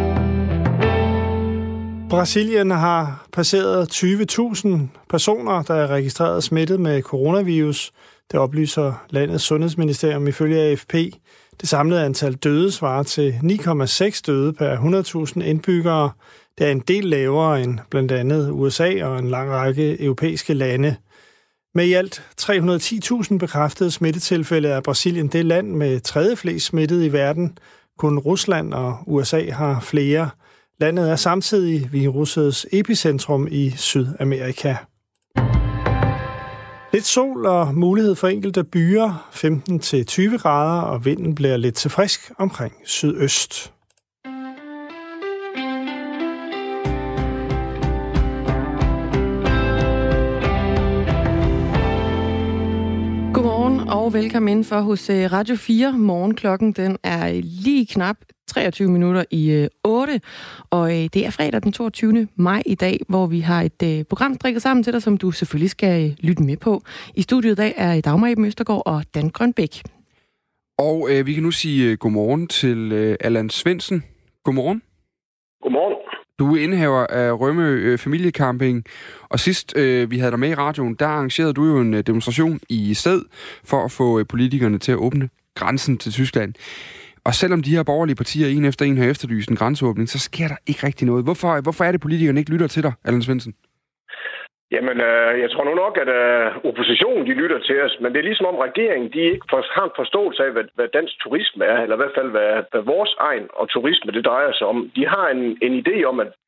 Brasilien har passeret tyve tusind personer, der er registreret smittet med coronavirus. Det oplyser landets sundhedsministerium ifølge A F P. Det samlede antal døde svarer til ni komma seks døde per hundrede tusind indbyggere. Det er en del lavere end blandt andet U S A og en lang række europæiske lande. Med i alt tre hundrede og ti tusind bekræftede smittetilfælde er Brasilien det land med tredje flest smittede i verden. Kun Rusland og U S A har flere. Landet er samtidig virusets epicentrum i Sydamerika. Lidt sol og mulighed for enkelte byer, femten til tyve grader, og vinden bliver lidt til frisk omkring sydøst. Godmorgen og velkommen indenfor hos Radio fire. Morgenklokken den er lige knap treogtyve minutter i otte, og det er fredag den toogtyvende maj i dag, hvor vi har et program strikket sammen til dig, som du selvfølgelig skal lytte med på. I studiet i dag er Dagmar Eben Østergaard og Dan Grønbæk. Og øh, vi kan nu sige godmorgen til øh, Allan Svendsen. Godmorgen. Godmorgen. Du er indehaver af Rømø øh, Familiecamping, og sidst øh, vi havde dig med i radioen, der arrangerede du jo en øh, demonstration i Sted for at få øh, politikerne til at åbne grænsen til Tyskland. Og selvom de her borgerlige partier en efter en har efterlyst en grænseåbning, så sker der ikke rigtig noget. Hvorfor, hvorfor er det, politikerne ikke lytter til dig, Allan Svendsen? Jamen, øh, jeg tror nu nok, at øh, oppositionen de lytter til os, men det er ligesom om regeringen de ikke for, har en forståelse af, hvad, hvad dansk turisme er, eller i hvert fald, hvad, hvad vores egen og turisme det drejer sig om. De har en, en idé om, at,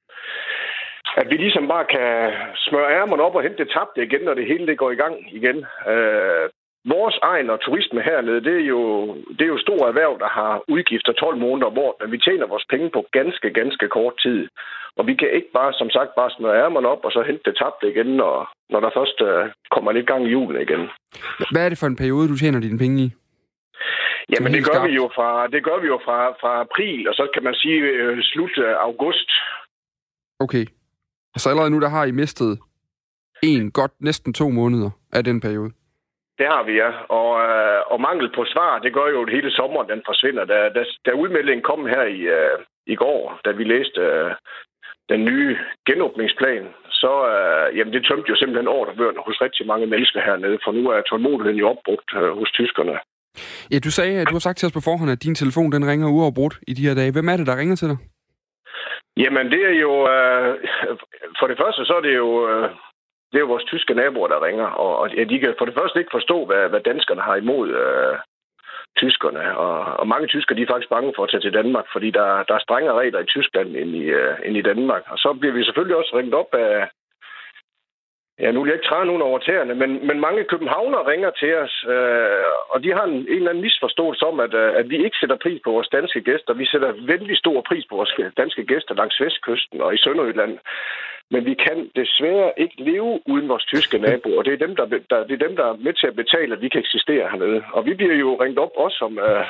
at vi ligesom bare kan smøre ærmerne op og hente det tabte igen, når det hele det går i gang igen. Øh, Vores egen og turisme hernede, det er jo, det er jo stor erhverv, der har udgifter tolv måneder om året, men vi tjener vores penge på ganske, ganske kort tid. Og vi kan ikke bare, som sagt, bare smøre ærmerne op og så hente det tabte igen, når, når der først uh, kommer lidt gang i julen igen. Hvad er det for en periode, du tjener dine penge i? Jamen, det gør, vi jo fra, det gør vi jo fra, fra april, og så kan man sige uh, slut uh, august. Okay. Og så allerede nu, der har I mistet en, godt næsten to måneder af den periode. Det har vi, ja. Og, øh, og mangel på svar, det gør jo, at hele sommeren den forsvinder. Da, da, da udmeldingen kom her i, øh, i går, da vi læste øh, den nye genåbningsplan, så øh, jamen, det tømte jo simpelthen ordrebøgerne hos rigtig mange mennesker hernede, for nu er tålmodigheden jo opbrugt øh, hos tyskerne. Ja, du sagde, du har sagt til os på forhånd, at din telefon den ringer uafbrudt i de her dage. Hvem er det, der ringer til dig? Jamen, det er jo... Øh, for det første, så er det jo... Øh, Det er jo vores tyske naboer, der ringer, og de kan for det første ikke forstå, hvad, hvad danskerne har imod øh, tyskerne. Og, og mange tyskere de er faktisk bange for at tage til Danmark, fordi der, der er strengere regler i Tyskland end i, øh, end i Danmark. Og så bliver vi selvfølgelig også ringet op af, Ja, nu vil jeg ikke træde nogen over tæerne, men, men mange københavnere ringer til os, øh, og de har en, en eller anden misforståelse om, at, at vi ikke sætter pris på vores danske gæster. Vi sætter vældig stor pris på vores danske gæster langs Vestkysten og i Sønderjylland. Men vi kan desværre ikke leve uden vores tyske naboer, og det er dem, der, der, det er dem, der er med til at betale, at vi kan eksistere hernede. Og vi bliver jo ringt op også om... Øh,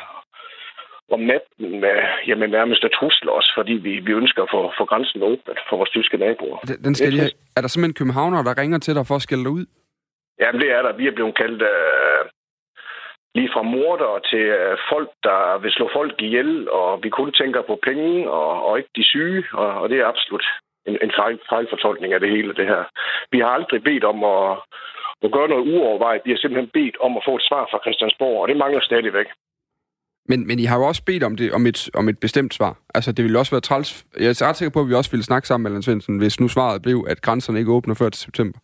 om natten med jamen, nærmest et trusler også, fordi vi, vi ønsker at få, få grænsen åbnet for vores tyske naboer. Den, den skal lige, er der simpelthen københavnere, der ringer til dig for at skælde dig ud? Jamen, det er der. Vi er blevet kaldt øh, lige fra mordere til øh, folk, der vil slå folk ihjel, og vi kun tænker på penge og, og ikke de syge, og, og det er absolut en, en fejl, fejlfortolkning af det hele, det her. Vi har aldrig bedt om at, at gøre noget uovervejet. Vi har simpelthen bedt om at få et svar fra Christiansborg, og det mangler stadigvæk. Men, men I har jo også bedt om det om et, om et bestemt svar. Altså, det ville også være træls. Jeg er ret sikker på, at vi også ville snakke sammen med Allan Svendsen, hvis nu svaret blev, at grænserne ikke åbner før til september.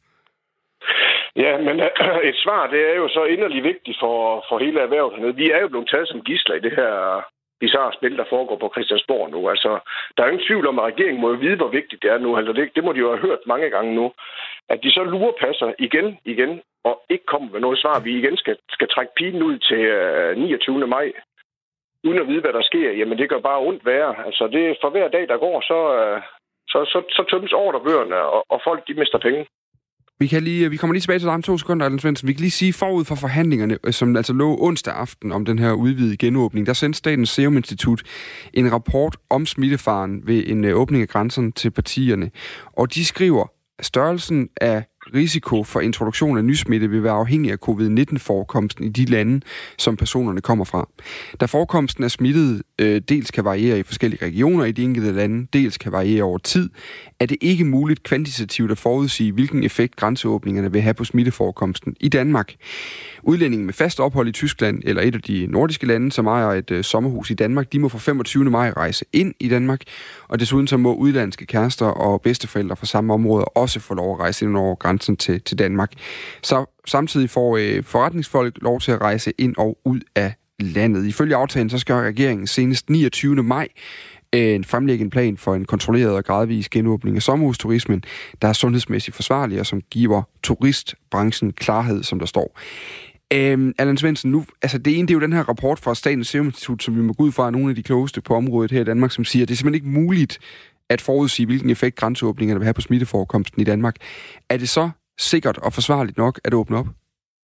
Ja, men øh, et svar, det er jo så inderligt vigtigt for, for hele erhvervet hernede. Vi er jo blevet taget som gidsler i det her bizarre spil, der foregår på Christiansborg nu. Altså, der er jo ingen tvivl om, at regeringen må jo vide, hvor vigtigt det er nu. Altså, det, det må de jo have hørt mange gange nu. At de så lurepasser igen, igen, og ikke kommer med noget svar. Vi igen skal, skal trække pigen ud til øh, niogtyvende maj. Uden at vide, hvad der sker, jamen det gør bare ondt værre. Altså det, for hver dag, der går, så, så, så, så tømmes ordrebøgerne, og, og folk de mister penge. Vi, kan lige, vi kommer lige tilbage til dig om to sekunder, Allan Svendsen. Vi kan lige sige, forud for forhandlingerne, som altså lå onsdag aften om den her udvidede genåbning, der sendte Statens Serum Institut en rapport om smittefaren ved en åbning af grænserne til partierne. Og de skriver, at størrelsen af risiko for introduktion af nysmitte vil være afhængig af covid nitten-forekomsten i de lande, som personerne kommer fra. Da forekomsten af smittede øh, dels kan variere i forskellige regioner i de enkelte lande, dels kan variere over tid, er det ikke muligt kvantitativt at forudsige, hvilken effekt grænseåbningerne vil have på smitteforekomsten i Danmark. Udlændinge med fast ophold i Tyskland eller et af de nordiske lande, som ejer et øh, sommerhus i Danmark, de må fra femogtyvende maj rejse ind i Danmark, og desuden så må udlandske kærester og bedsteforældre fra samme område også få lov at rejse ind over grænsen til, til Danmark. Så samtidig får øh, forretningsfolk lov til at rejse ind og ud af landet. Ifølge aftalen så skal regeringen senest niogtyvende maj øh, fremlægge en plan for en kontrolleret og gradvis genåbning af sommerhusturismen, der er sundhedsmæssigt forsvarlig og som giver turistbranchen klarhed, som der står. Øhm, Allan Svendsen, nu, altså det ene, det er jo den her rapport fra Statens Serum Institut, som vi må gå ud fra er nogle af de klogeste på området her i Danmark, som siger, at det er simpelthen ikke muligt at forudsige, hvilken effekt grænseåbningerne vil have på smitteforekomsten i Danmark. Er det så sikkert og forsvarligt nok at åbne op?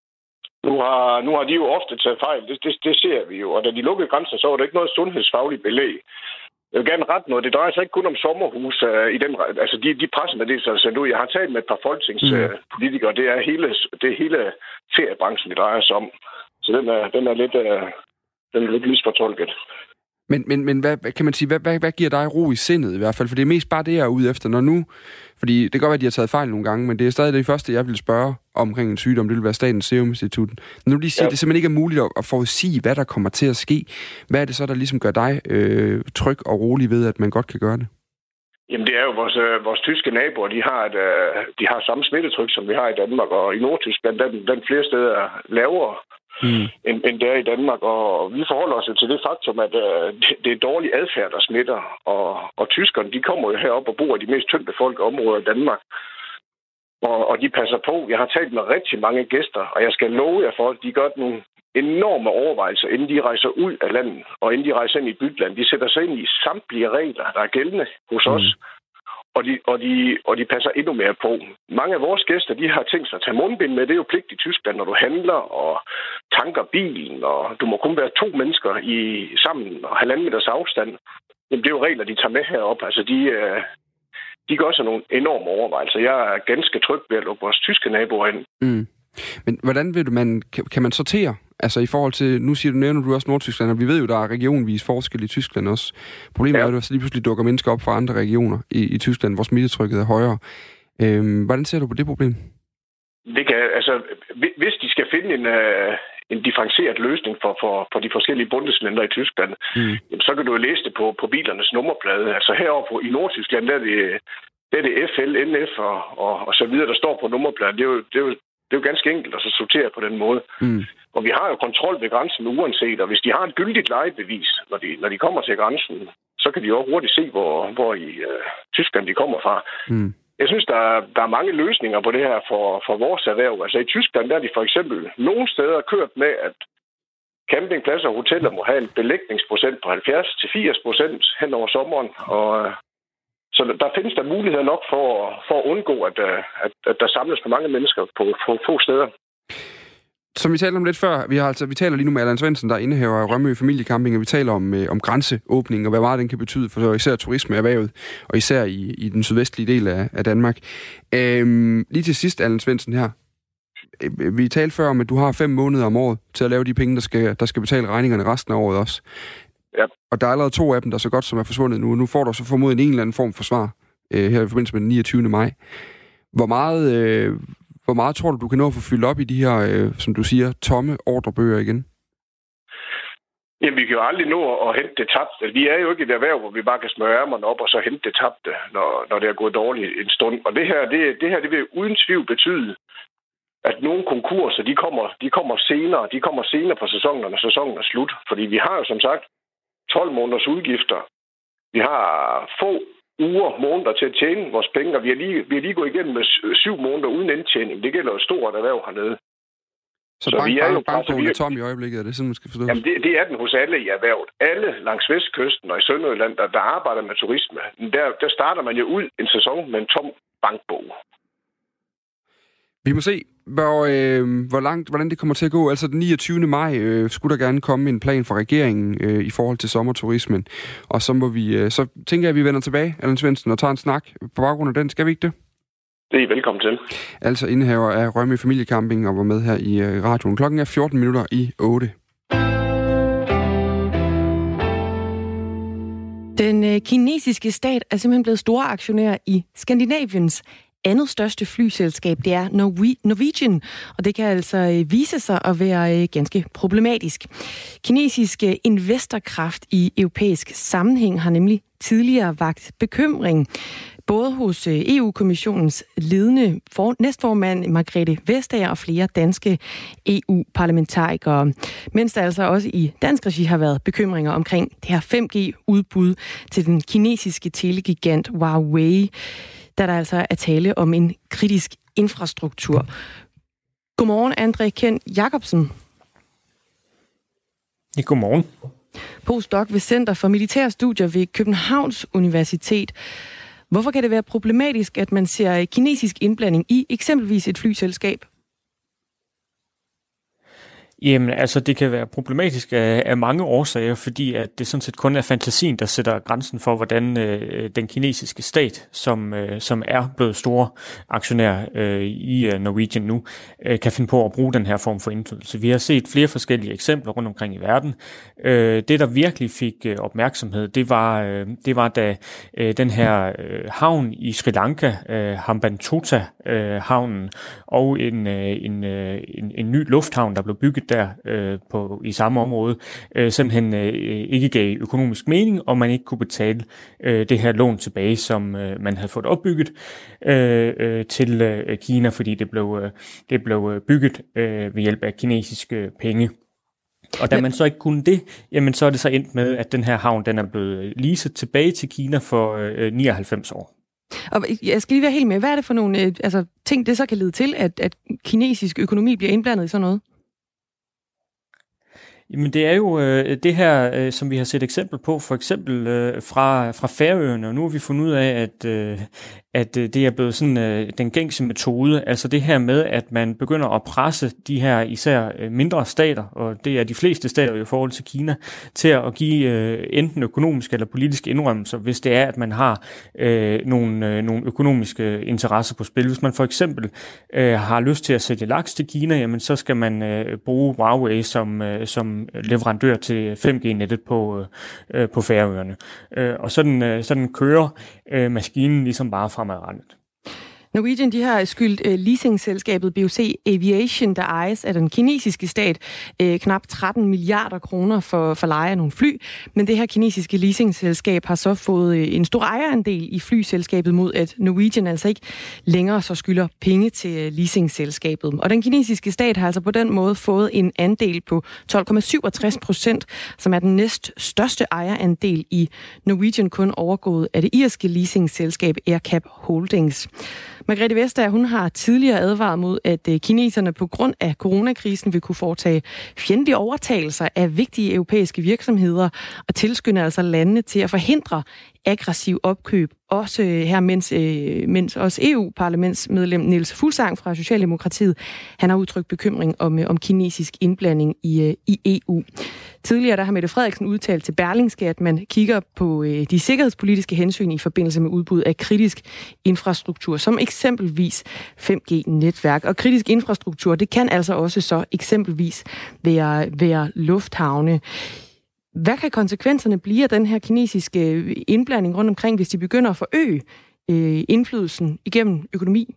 Nu har, nu har de jo ofte taget fejl. Det, det, det ser vi jo. Og da de lukkede grænser, så var der ikke noget sundhedsfagligt belæg. Jeg vil gerne rette noget. Det drejer sig ikke kun om sommerhus. Uh, i den, altså de, de pressemeddelelser, der er sendt ud. Jeg har talt med et par folketingspolitikere. Mm. Det er hele, det er hele feriebranchen, det drejer sig om. Så den er, den er lidt, uh, den er lidt misfortolket. Men, men, men hvad kan man sige, hvad, hvad, hvad giver dig ro i sindet i hvert fald? For det er mest bare det, jeg er ude efter, når nu... Fordi det kan godt være, at de har taget fejl nogle gange, men det er stadig det første, jeg vil spørge omkring en sygdom. Det vil være Statens Serum Institut. Når de siger, ja. At det simpelthen ikke er muligt at forudsige, hvad der kommer til at ske, hvad er det så, der ligesom gør dig øh, tryg og rolig ved, at man godt kan gøre det? Jamen det er jo vores, øh, vores tyske naboer, de har, et, øh, de har samme smittetryk, som vi har i Danmark, og i Nordtyskland, den, den flere steder er lavere. Mm. End, end der i Danmark, og vi forholder os til det faktum, at uh, det, det er dårlig adfærd, der smitter, og, og tyskerne, de kommer jo herop og bor i de mest tyndt befolkede områder i Danmark, og, og de passer på. Jeg har talt med rigtig mange gæster, og jeg skal love jer for, at de gør nogle enorme overvejelser, inden de rejser ud af landet, og inden de rejser ind i bygland. De sætter sig ind i samtlige regler, der er gældende hos mm. os, Og de, og, de, og de passer endnu mere på. Mange af vores gæster, de har tænkt sig at tage mundbind med. Det er jo pligt i Tyskland, når du handler og tanker bilen, og du må kun være to mennesker i sammen og halvanden meters afstand. Jamen, det er jo regler, de tager med herop. Altså, de, de gør sig nogle enorme overvejelser. Jeg er ganske tryg ved at lukke vores tyske naboer ind. Mm. Men hvordan vil du, man, kan man sortere? Altså i forhold til, nu siger du, nævner du også Nordtyskland, og vi ved jo, der er regionvis forskel i Tyskland også. Problemet ja. er jo, at lige pludselig dukker mennesker op fra andre regioner i, i Tyskland, hvor smittetrykket er højere. Øhm, hvordan ser du på det problem? Det kan, altså, hvis de skal finde en, uh, en differentieret løsning for, for, for de forskellige bundeslænder i Tyskland, mm. jamen, så kan du jo læse det på, på bilernes nummerplade. Altså heroppe i Nordtyskland, der er det, der er det F L, N F og, og, og så videre, der står på nummerpladen. Det er jo, det er jo, det er jo ganske enkelt at så sortere på den måde. Mm. Og vi har jo kontrol ved grænsen uanset, og hvis de har et gyldigt lejebevis, når de, når de kommer til grænsen, så kan de jo hurtigt se, hvor, hvor i uh, Tyskland de kommer fra. Mm. jeg synes, der er, der er mange løsninger på det her for, for vores erhverv. Altså i Tyskland, der er de for eksempel nogle steder kørt med, at campingpladser og hoteller må have en belægningsprocent på halvfjerds til firs procent hen over sommeren. Og, så der findes der muligheder nok for, for at undgå, at, at, at der samles for mange mennesker på, på få steder. Som vi talte om lidt før, vi, har altså, vi taler lige nu med Allan Svendsen, der er indehaver af Rømø Familiecamping, og vi taler om, øh, om grænseåbning, og hvad meget den kan betyde for især turismeerhvervet, og især i, i den sydvestlige del af, af Danmark. Øhm, lige til sidst, Allan Svendsen her. Vi talte før om, at du har fem måneder om året til at lave de penge, der skal, der skal betale regningerne resten af året også. Ja. Og der er allerede to af dem, der så godt som er forsvundet nu. Nu får du så formodet en eller anden form for svar øh, her i forbindelse med den niogtyvende maj. Hvor meget... Øh, Hvor meget tror du, du kan nå at få fyldt op i de her, øh, som du siger, tomme ordrebøger igen? Jamen, vi kan jo aldrig nå at hente det tabte. Vi er jo ikke et erhverv, hvor vi bare kan smøre ærmerne op og så hente det tabte, når, når det er gået dårligt en stund. Og det her, det, det her, det vil uden tvivl betyde, at nogle konkurser, de kommer, de kommer senere. De kommer senere på sæsonen, når sæsonen er slut. Fordi vi har jo som sagt tolv måneders udgifter. Vi har få uger, måneder til at tjene vores penge, og vi har lige, vi har lige gået igennem med syv måneder uden indtjening. Det gælder jo stort erhverv hernede. Så, så bank, vi er jo bankbogen er tom i øjeblikket, er det sådan, man skal forstå? Jamen, det, det er den hos alle i erhvervet. Alle langs vestkysten og i Sønderjylland, der, der arbejder med turisme, der, der starter man jo ud en sæson med en tom bankbog. Vi må se, hvor, øh, hvor langt, hvordan det kommer til at gå. Altså den niogtyvende maj øh, skulle der gerne komme en plan fra regeringen øh, i forhold til sommerturismen. Og så må vi, øh, så tænker jeg, at vi vender tilbage, Allan Svendsen, og tager en snak på baggrund af den. Skal vi ikke det? Det er velkommen til. Altså indehaver af Rømø Familiecamping og var med her i øh, radioen. Klokken er fjorten minutter i otte. Den øh, kinesiske stat er simpelthen blevet store aktionær i Skandinaviens andet største flyselskab, det er Norwegian, og det kan altså vise sig at være ganske problematisk. Kinesisk investorkraft i europæisk sammenhæng har nemlig tidligere vakt bekymring, både hos E U-kommissionens ledende for, næstformand Margrethe Vestager og flere danske E U-parlamentarikere. Mens der altså også i dansk regi har været bekymringer omkring det her fem G-udbud til den kinesiske telegigant Huawei, da der altså er tale om en kritisk infrastruktur. Godmorgen, André Kent Jacobsen. Ja, godmorgen. Postdoc ved Center for Militære Studier ved Københavns Universitet. Hvorfor kan det være problematisk, at man ser kinesisk indblanding i eksempelvis et flyselskab? Jamen, altså det kan være problematisk af, af mange årsager, fordi at det sådan set kun er fantasien, der sætter grænsen for, hvordan øh, den kinesiske stat, som, øh, som er blevet store aktionær øh, i øh, Norwegian nu, øh, kan finde på at bruge den her form for indflydelse. Vi har set flere forskellige eksempler rundt omkring i verden. Øh, det, der virkelig fik øh, opmærksomhed, det var, øh, det var da øh, den her øh, havn i Sri Lanka, øh, Hambantota-havnen, øh, og en, øh, en, øh, en, en ny lufthavn, der blev bygget der øh, på, i samme område, øh, simpelthen øh, ikke gav økonomisk mening, og man ikke kunne betale øh, det her lån tilbage, som øh, man havde fået opbygget øh, øh, til øh, Kina, fordi det blev, øh, det blev bygget øh, ved hjælp af kinesiske penge. Og da man så ikke kunne det, jamen så er det så endt med, at den her havn, den er blevet leaset tilbage til Kina for øh, nioghalvfems år. Og jeg skal lige være helt med, hvad er det for nogle øh, altså, ting, det så kan lede til, at, at kinesisk økonomi bliver indblandet i sådan noget? Jamen det er jo øh, det her, øh, som vi har set eksempel på, for eksempel øh, fra, fra Færøerne, og nu har vi fundet ud af, at, øh, at det er blevet sådan øh, den gængse metode, altså det her med, at man begynder at presse de her især øh, mindre stater, og det er de fleste stater i forhold til Kina, til at give øh, enten økonomiske eller politiske indrømmelser, hvis det er, at man har øh, nogle, øh, nogle økonomiske interesser på spil. Hvis man for eksempel øh, har lyst til at sælge laks til Kina, jamen så skal man øh, bruge Huawei som, øh, som leverandør til fem G-nettet på, øh, på Færøerne. Øh, og sådan, øh, sådan kører øh, maskinen ligesom bare fremadrettet. Norwegian de har skyldt uh, leasingselskabet B O C Aviation, der ejes af den kinesiske stat, uh, knap tretten milliarder kroner for, for leje af nogle fly. Men det her kinesiske leasingselskab har så fået uh, en stor ejerandel i flyselskabet mod, at Norwegian altså ikke længere så skylder penge til uh, leasingselskabet. Og den kinesiske stat har altså på den måde fået en andel på tolv komma syvogtres procent, som er den næst største ejerandel i Norwegian, kun overgået af det irske leasingselskab AerCap Holdings. Margrethe Vestager, hun har tidligere advaret mod, at kineserne på grund af coronakrisen vil kunne foretage fjendtlige overtagelser af vigtige europæiske virksomheder og tilskynde altså landene til at forhindre aggressiv opkøb. Også her, mens, mens også E U-parlamentsmedlem Niels Fuglsang fra Socialdemokratiet, han har udtrykt bekymring om, om kinesisk indblanding i, i E U. Tidligere der har Mette Frederiksen udtalt til Berlingske, at man kigger på de sikkerhedspolitiske hensyn i forbindelse med udbud af kritisk infrastruktur, som eksempelvis fem G-netværk. Og kritisk infrastruktur, det kan altså også så eksempelvis være, være lufthavne. Hvad kan konsekvenserne blive af den her kinesiske indblanding rundt omkring, hvis de begynder at forøge øh, indflydelsen igennem økonomi?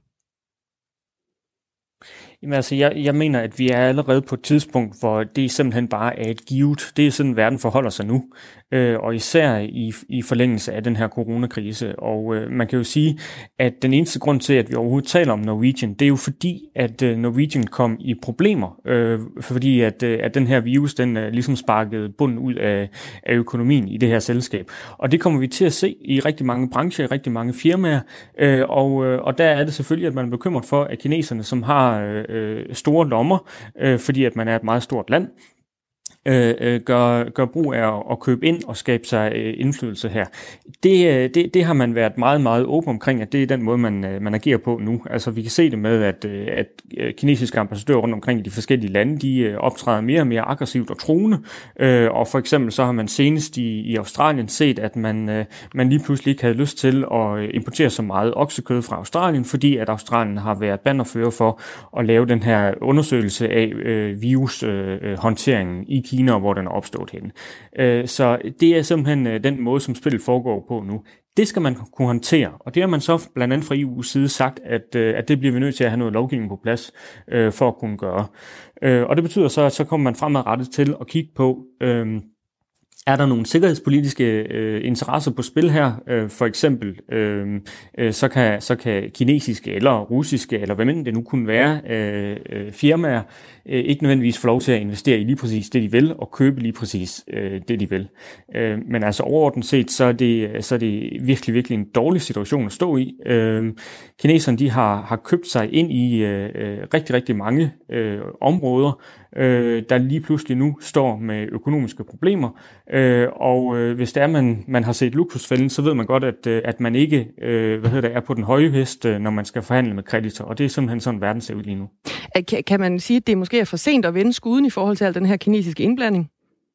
Jamen altså, jeg, jeg mener, at vi er allerede på et tidspunkt, hvor det simpelthen bare er et givet. Det er sådan, verden forholder sig nu. Øh, og især i, i forlængelse af den her coronakrise. Og øh, man kan jo sige, at den eneste grund til, at vi overhovedet taler om Norwegian, det er jo fordi, at øh, Norwegian kom i problemer. Øh, fordi at, øh, at den her virus, den øh, ligesom sparkede bunden ud af, af økonomien i det her selskab. Og det kommer vi til at se i rigtig mange brancher, i rigtig mange firmaer. Øh, og, øh, og der er det selvfølgelig, at man er bekymret for, at kineserne, som har øh, store lommer, øh, fordi at man er et meget stort land, øh, gør, gør brug af at, at købe ind og skabe sig øh, indflydelse her. Det, det, det har man været meget, meget åben omkring, at det er den måde, man, man agerer på nu. Altså vi kan se det med, at, at kinesiske ambassadører rundt omkring i de forskellige lande, de optræder mere og mere aggressivt og truende. Øh, og for eksempel så har man senest i, i Australien set, at man, man lige pludselig ikke havde lyst til at importere så meget oksekød fra Australien, fordi at Australien har været bannerfører for at lave den her undersøgelse af øh, virushåndteringen øh, i Kina, hvor den er opstået henne. Øh, så det er simpelthen øh, den måde, som spillet foregår på nu. Det skal man kunne håndtere, og det har man så blandt andet fra E U's side sagt, at, øh, at det bliver vi nødt til at have noget lovgivning på plads øh, for at kunne gøre. Øh, og det betyder så, at så kommer man fremadrettet til at kigge på, øh, er der nogle sikkerhedspolitiske øh, interesser på spil her? Øh, for eksempel, øh, øh, så, kan, så kan kinesiske eller russiske, eller hvad end det nu kunne være, øh, øh, firmaer, øh, ikke nødvendigvis få lov til at investere i lige præcis det, de vil, og købe lige præcis øh, det, de vil. Øh, men altså overordnet set, så er, det, så er det virkelig, virkelig en dårlig situation at stå i. Øh, kineserne, de har, har købt sig ind i øh, rigtig, rigtig mange øh, områder, øh, der lige pludselig nu står med økonomiske problemer. Øh, og øh, hvis det er, man, man har set luksusfælden, så ved man godt, at, øh, at man ikke øh, hvad hedder det, er på den høje hest, øh, når man skal forhandle med kreditor. Og det er simpelthen sådan, verden ser ud lige nu. Kan, kan man sige, at det måske er for sent at vende skuden i forhold til al den her kinesiske indblanding?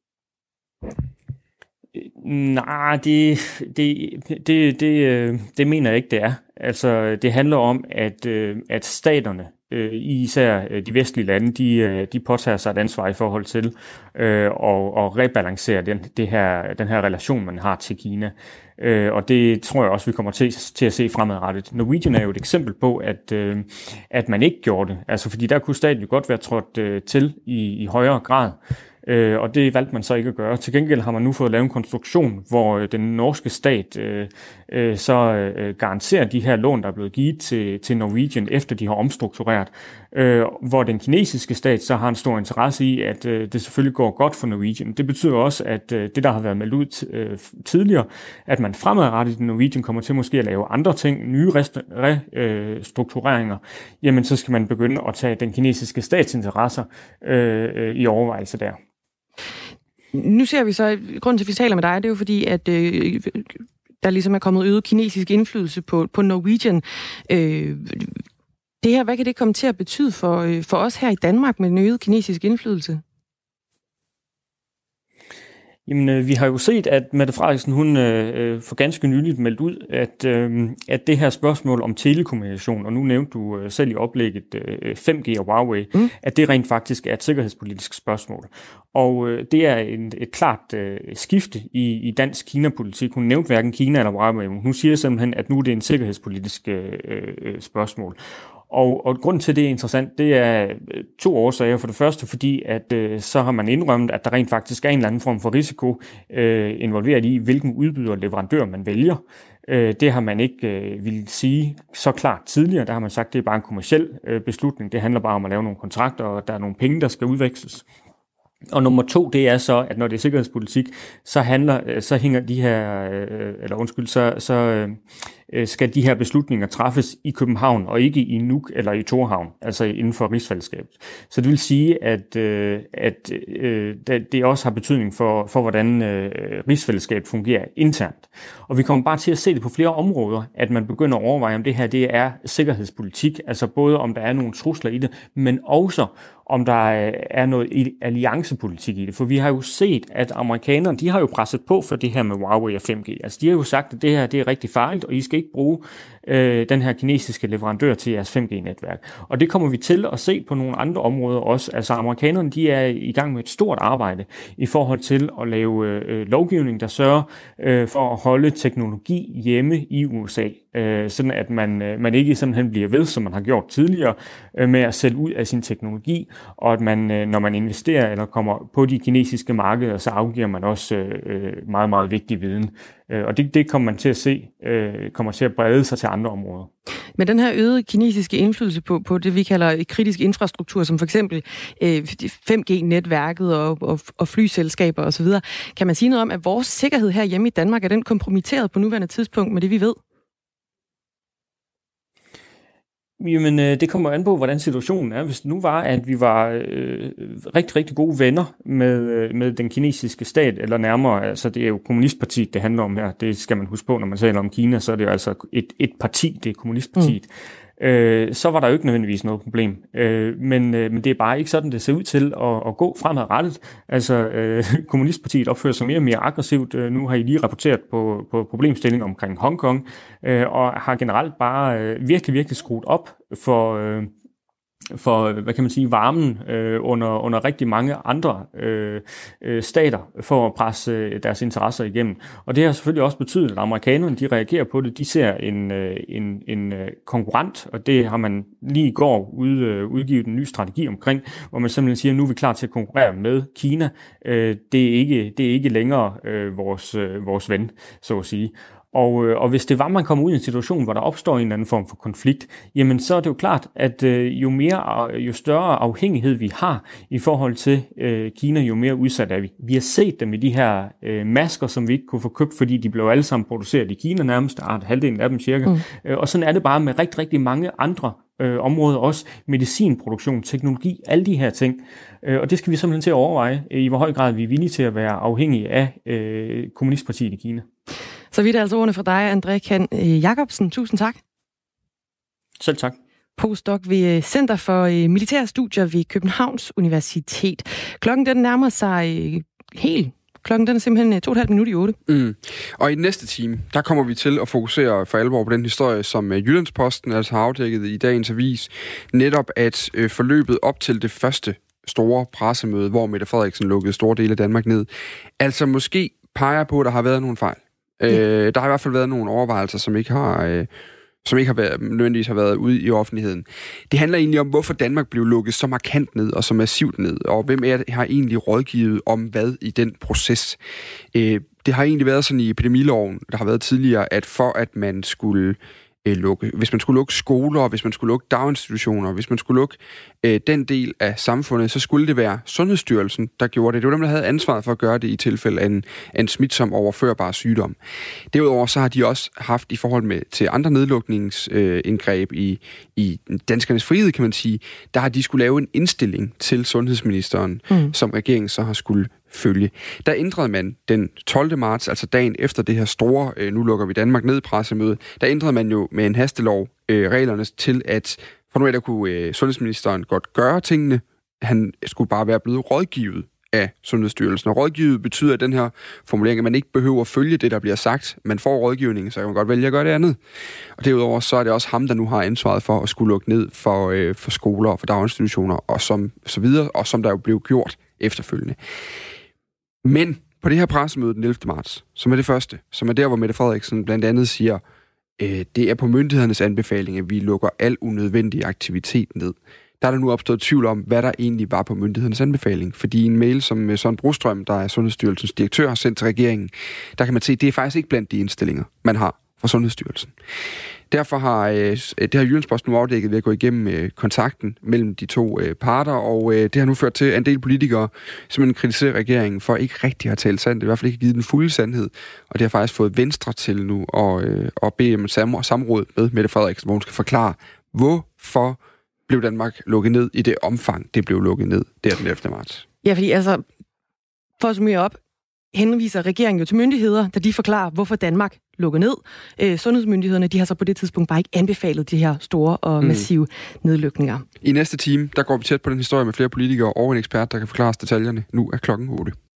Nej, det, det, det, det, det mener jeg ikke, det er. Altså, det handler om, at, at staterne, især de vestlige lande, de, de påtager sig et ansvar i forhold til øh, og, og rebalancere den, det her, den her relation, man har til Kina. Øh, og det tror jeg også, vi kommer til, til at se fremadrettet. Norwegian er jo et eksempel på, at, øh, at man ikke gjorde det. Altså, fordi der kunne staten jo godt være trådt øh, til i, i højere grad. Øh, og det valgte man så ikke at gøre. Til gengæld har man nu fået lavet en konstruktion, hvor øh, den norske stat øh, øh, så øh, garanterer de her lån, der er blevet givet til, til Norwegian, efter de har omstruktureret. Øh, hvor den kinesiske stat så har en stor interesse i, at øh, det selvfølgelig går godt for Norwegian. Det betyder også, at øh, det, der har været meldt ud t- øh, tidligere, at man fremadrettet i Norwegian kommer til måske at lave andre ting, nye restruktureringer, øh, jamen så skal man begynde at tage den kinesiske statsinteresser øh, øh, i overvejelse der. Nu ser vi så, grunden til, at vi taler med dig, det er jo fordi, at øh, der ligesom er kommet øget kinesisk indflydelse på, på Norwegian. Øh, det her, hvad kan det komme til at betyde for, øh, for os her i Danmark med den øgede kinesiske indflydelse? Jamen, øh, vi har jo set, at Mette Frederiksen, hun øh, for ganske nyligt meldt ud, at, øh, at det her spørgsmål om telekommunikation, og nu nævnte du øh, selv i oplægget øh, fem G og Huawei, mm. at det rent faktisk er et sikkerhedspolitisk spørgsmål. Og øh, det er en, et klart øh, skifte i, i dansk Kina-politik. Hun nævnte hverken Kina eller Huawei. Hun siger simpelthen, at nu er det en sikkerhedspolitisk øh, øh, spørgsmål. Og, og grunden til, det er interessant, det er to årsager. For det første, fordi at øh, så har man indrømmet, at der rent faktisk er en eller anden form for risiko øh, involveret i, hvilken udbyder og leverandør man vælger. Øh, det har man ikke øh, ville sige så klart tidligere. Der har man sagt, at det er bare en kommerciel øh, beslutning. Det handler bare om at lave nogle kontrakter, og der er nogle penge, der skal udveksles. Og nummer to, det er så, at når det er sikkerhedspolitik, så handler, så hænger de her, eller undskyld, så, så skal de her beslutninger træffes i København, og ikke i Nuuk eller i Tórshavn, altså inden for rigsfællesskabet. Så det vil sige, at, at det også har betydning for, for hvordan rigsfællesskabet fungerer internt. Og vi kommer bare til at se det på flere områder, at man begynder at overveje, om det her det er sikkerhedspolitik, altså både om der er nogle trusler i det, men også om der er noget alliancepolitik i det. For vi har jo set, at amerikanerne, de har jo presset på for det her med Huawei og fem G. Altså de har jo sagt, at det her det er rigtig farligt, og I skal ikke bruge øh, den her kinesiske leverandør til jeres fem G-netværk. Og det kommer vi til at se på nogle andre områder også. Altså amerikanerne, de er i gang med et stort arbejde i forhold til at lave øh, lovgivning, der sørger øh, for at holde teknologi hjemme i U S A. Øh, sådan at man, øh, man ikke simpelthen bliver ved, som man har gjort tidligere, øh, med at sælge ud af sin teknologi, og at man, øh, når man investerer eller kommer på de kinesiske markeder, så afgiver man også øh, meget, meget vigtig viden. Øh, og det, det kommer man til at se, øh, kommer til at brede sig til andre områder. Men den her øgede kinesiske indflydelse på, på det, vi kalder kritisk infrastruktur, som for eksempel øh, fem G-netværket og, og, og flyselskaber osv., kan man sige noget om, at vores sikkerhed her hjemme i Danmark, er den kompromitteret på nuværende tidspunkt med det, vi ved? Jamen, det kommer an på, hvordan situationen er. Hvis det nu var, at vi var øh, rigtig, rigtig gode venner med, med den kinesiske stat, eller nærmere, altså det er jo kommunistpartiet, det handler om her. Det skal man huske på, når man taler om Kina, så er det jo altså et, et parti, det er kommunistpartiet. Mm. Øh, så var der jo ikke nødvendigvis noget problem. Øh, men, øh, men det er bare ikke sådan, det ser ud til at, at gå fremadrettet. Altså, øh, kommunistpartiet opfører sig mere og mere aggressivt. Øh, nu har I lige rapporteret på, på problemstillinger omkring Hongkong, øh, og har generelt bare øh, virkelig, virkelig skruet op for... Øh, for, hvad kan man sige, varmen øh, under, under rigtig mange andre øh, øh, stater for at presse øh, deres interesser igennem. Og det har selvfølgelig også betydet, at amerikanerne, de reagerer på det. De ser en, øh, en, en konkurrent, og det har man lige i går ud, øh, udgivet en ny strategi omkring, hvor man simpelthen siger, at nu er vi klar til at konkurrere med Kina. Øh, det er ikke, det er ikke længere øh, vores, øh, vores ven, så at sige. Og, og hvis det var, man kommer ud i en situation, hvor der opstår en eller anden form for konflikt, jamen så er det jo klart, at øh, jo mere, jo større afhængighed vi har i forhold til øh, Kina, jo mere udsat er vi. Vi har set dem i de her øh, masker, som vi ikke kunne få købt, fordi de blev alle sammen produceret i Kina nærmest, ah, halvdelen af dem cirka. Mm. Øh, og sådan er det bare med rigtig, rigtig mange andre øh, områder, også medicinproduktion, teknologi, alle de her ting. Øh, og det skal vi simpelthen til at overveje, i hvor høj grad vi er villige til at være afhængige af øh, kommunistpartiet i Kina. Så vidt er altså ordene fra dig, André Kan Jacobsen. Tusind tak. Selv tak. Postdoc ved Center for Militære Studier ved Københavns Universitet. Klokken den nærmer sig helt. Klokken den er simpelthen to og et halvt minut i otte. Mm. Og i den næste time, der kommer vi til at fokusere for alvor på den historie, som Jyllandsposten altså har afdækket i dagens avis. Netop at øh, forløbet op til det første store pressemøde, hvor Mette Frederiksen lukkede store dele af Danmark ned, altså måske peger på, at der har været nogle fejl. Ja. Øh, der har i hvert fald været nogle overvejelser, som ikke har, øh, som ikke har været, nødvendigvis har været ude i offentligheden. Det handler egentlig om, hvorfor Danmark blev lukket så markant ned og så massivt ned, og hvem er, har egentlig rådgivet om hvad i den proces. Øh, det har egentlig været sådan i epidemiloven, der har været tidligere, at for at man skulle øh, lukke, hvis man skulle lukke skoler, hvis man skulle lukke daginstitutioner, hvis man skulle lukke øh, den del af samfundet, så skulle det være Sundhedsstyrelsen, der gjorde det. Det var dem, der havde ansvaret for at gøre det i tilfælde af en, en smitsom overførbar sygdom. Derudover så har de også haft i forhold med til andre nedlukningsindgreb øh, i, i danskernes frihed, kan man sige, der har de skulle lave en indstilling til sundhedsministeren, mm. som regeringen så har skulle følge. Der ændrede man den tolvte marts, altså dagen efter det her store, øh, nu lukker vi Danmark ned pressemøde, der ændrede man jo med en hastelov øh, reglerne til, at for nu af der kunne øh, sundhedsministeren godt gøre tingene. Han skulle bare være blevet rådgivet af Sundhedsstyrelsen. Og rådgivet betyder, at den her formulering, at man ikke behøver at følge det, der bliver sagt. Man får rådgivningen, så kan man godt vælge at gøre det andet. Og derudover så er det også ham, der nu har ansvaret for at skulle lukke ned for, øh, for skoler og for daginstitutioner og som, så videre, og som der jo blev gjort efterfølgende. Men på det her pressemøde den ellevte marts, som er det første, som er der, hvor Mette Frederiksen blandt andet siger, øh, det er på myndighedernes anbefaling, at vi lukker al unødvendig aktivitet ned. Der er der nu opstået tvivl om, hvad der egentlig var på myndighedernes anbefaling. Fordi en mail, som Søren Brostrøm, der er Sundhedsstyrelsens direktør, har sendt til regeringen, der kan man se, at det er faktisk ikke blandt de indstillinger, man har fra Sundhedsstyrelsen. Derfor har øh, det har Jyllands-Posten nu afdækket ved at gå igennem øh, kontakten mellem de to øh, parter, og øh, det har nu ført til, at en del politikere simpelthen kritiserer regeringen for ikke rigtig at tale sandt, i hvert fald ikke givet den fulde sandhed, og det har faktisk fået Venstre til nu at, øh, at bede om sam- samråd med Mette Frederiksen, hvor hun skal forklare, hvorfor blev Danmark lukket ned i det omfang, det blev lukket ned der den ellevte marts. Ja, fordi altså, for at summere op, henviser regeringen jo til myndigheder, da de forklarer, hvorfor Danmark lukker ned. Øh, sundhedsmyndighederne, de har så på det tidspunkt bare ikke anbefalet de her store og massive mm. nedlukninger. I næste time, der går vi tæt på den historie med flere politikere og en ekspert, der kan forklare os detaljerne. Nu er klokken otte.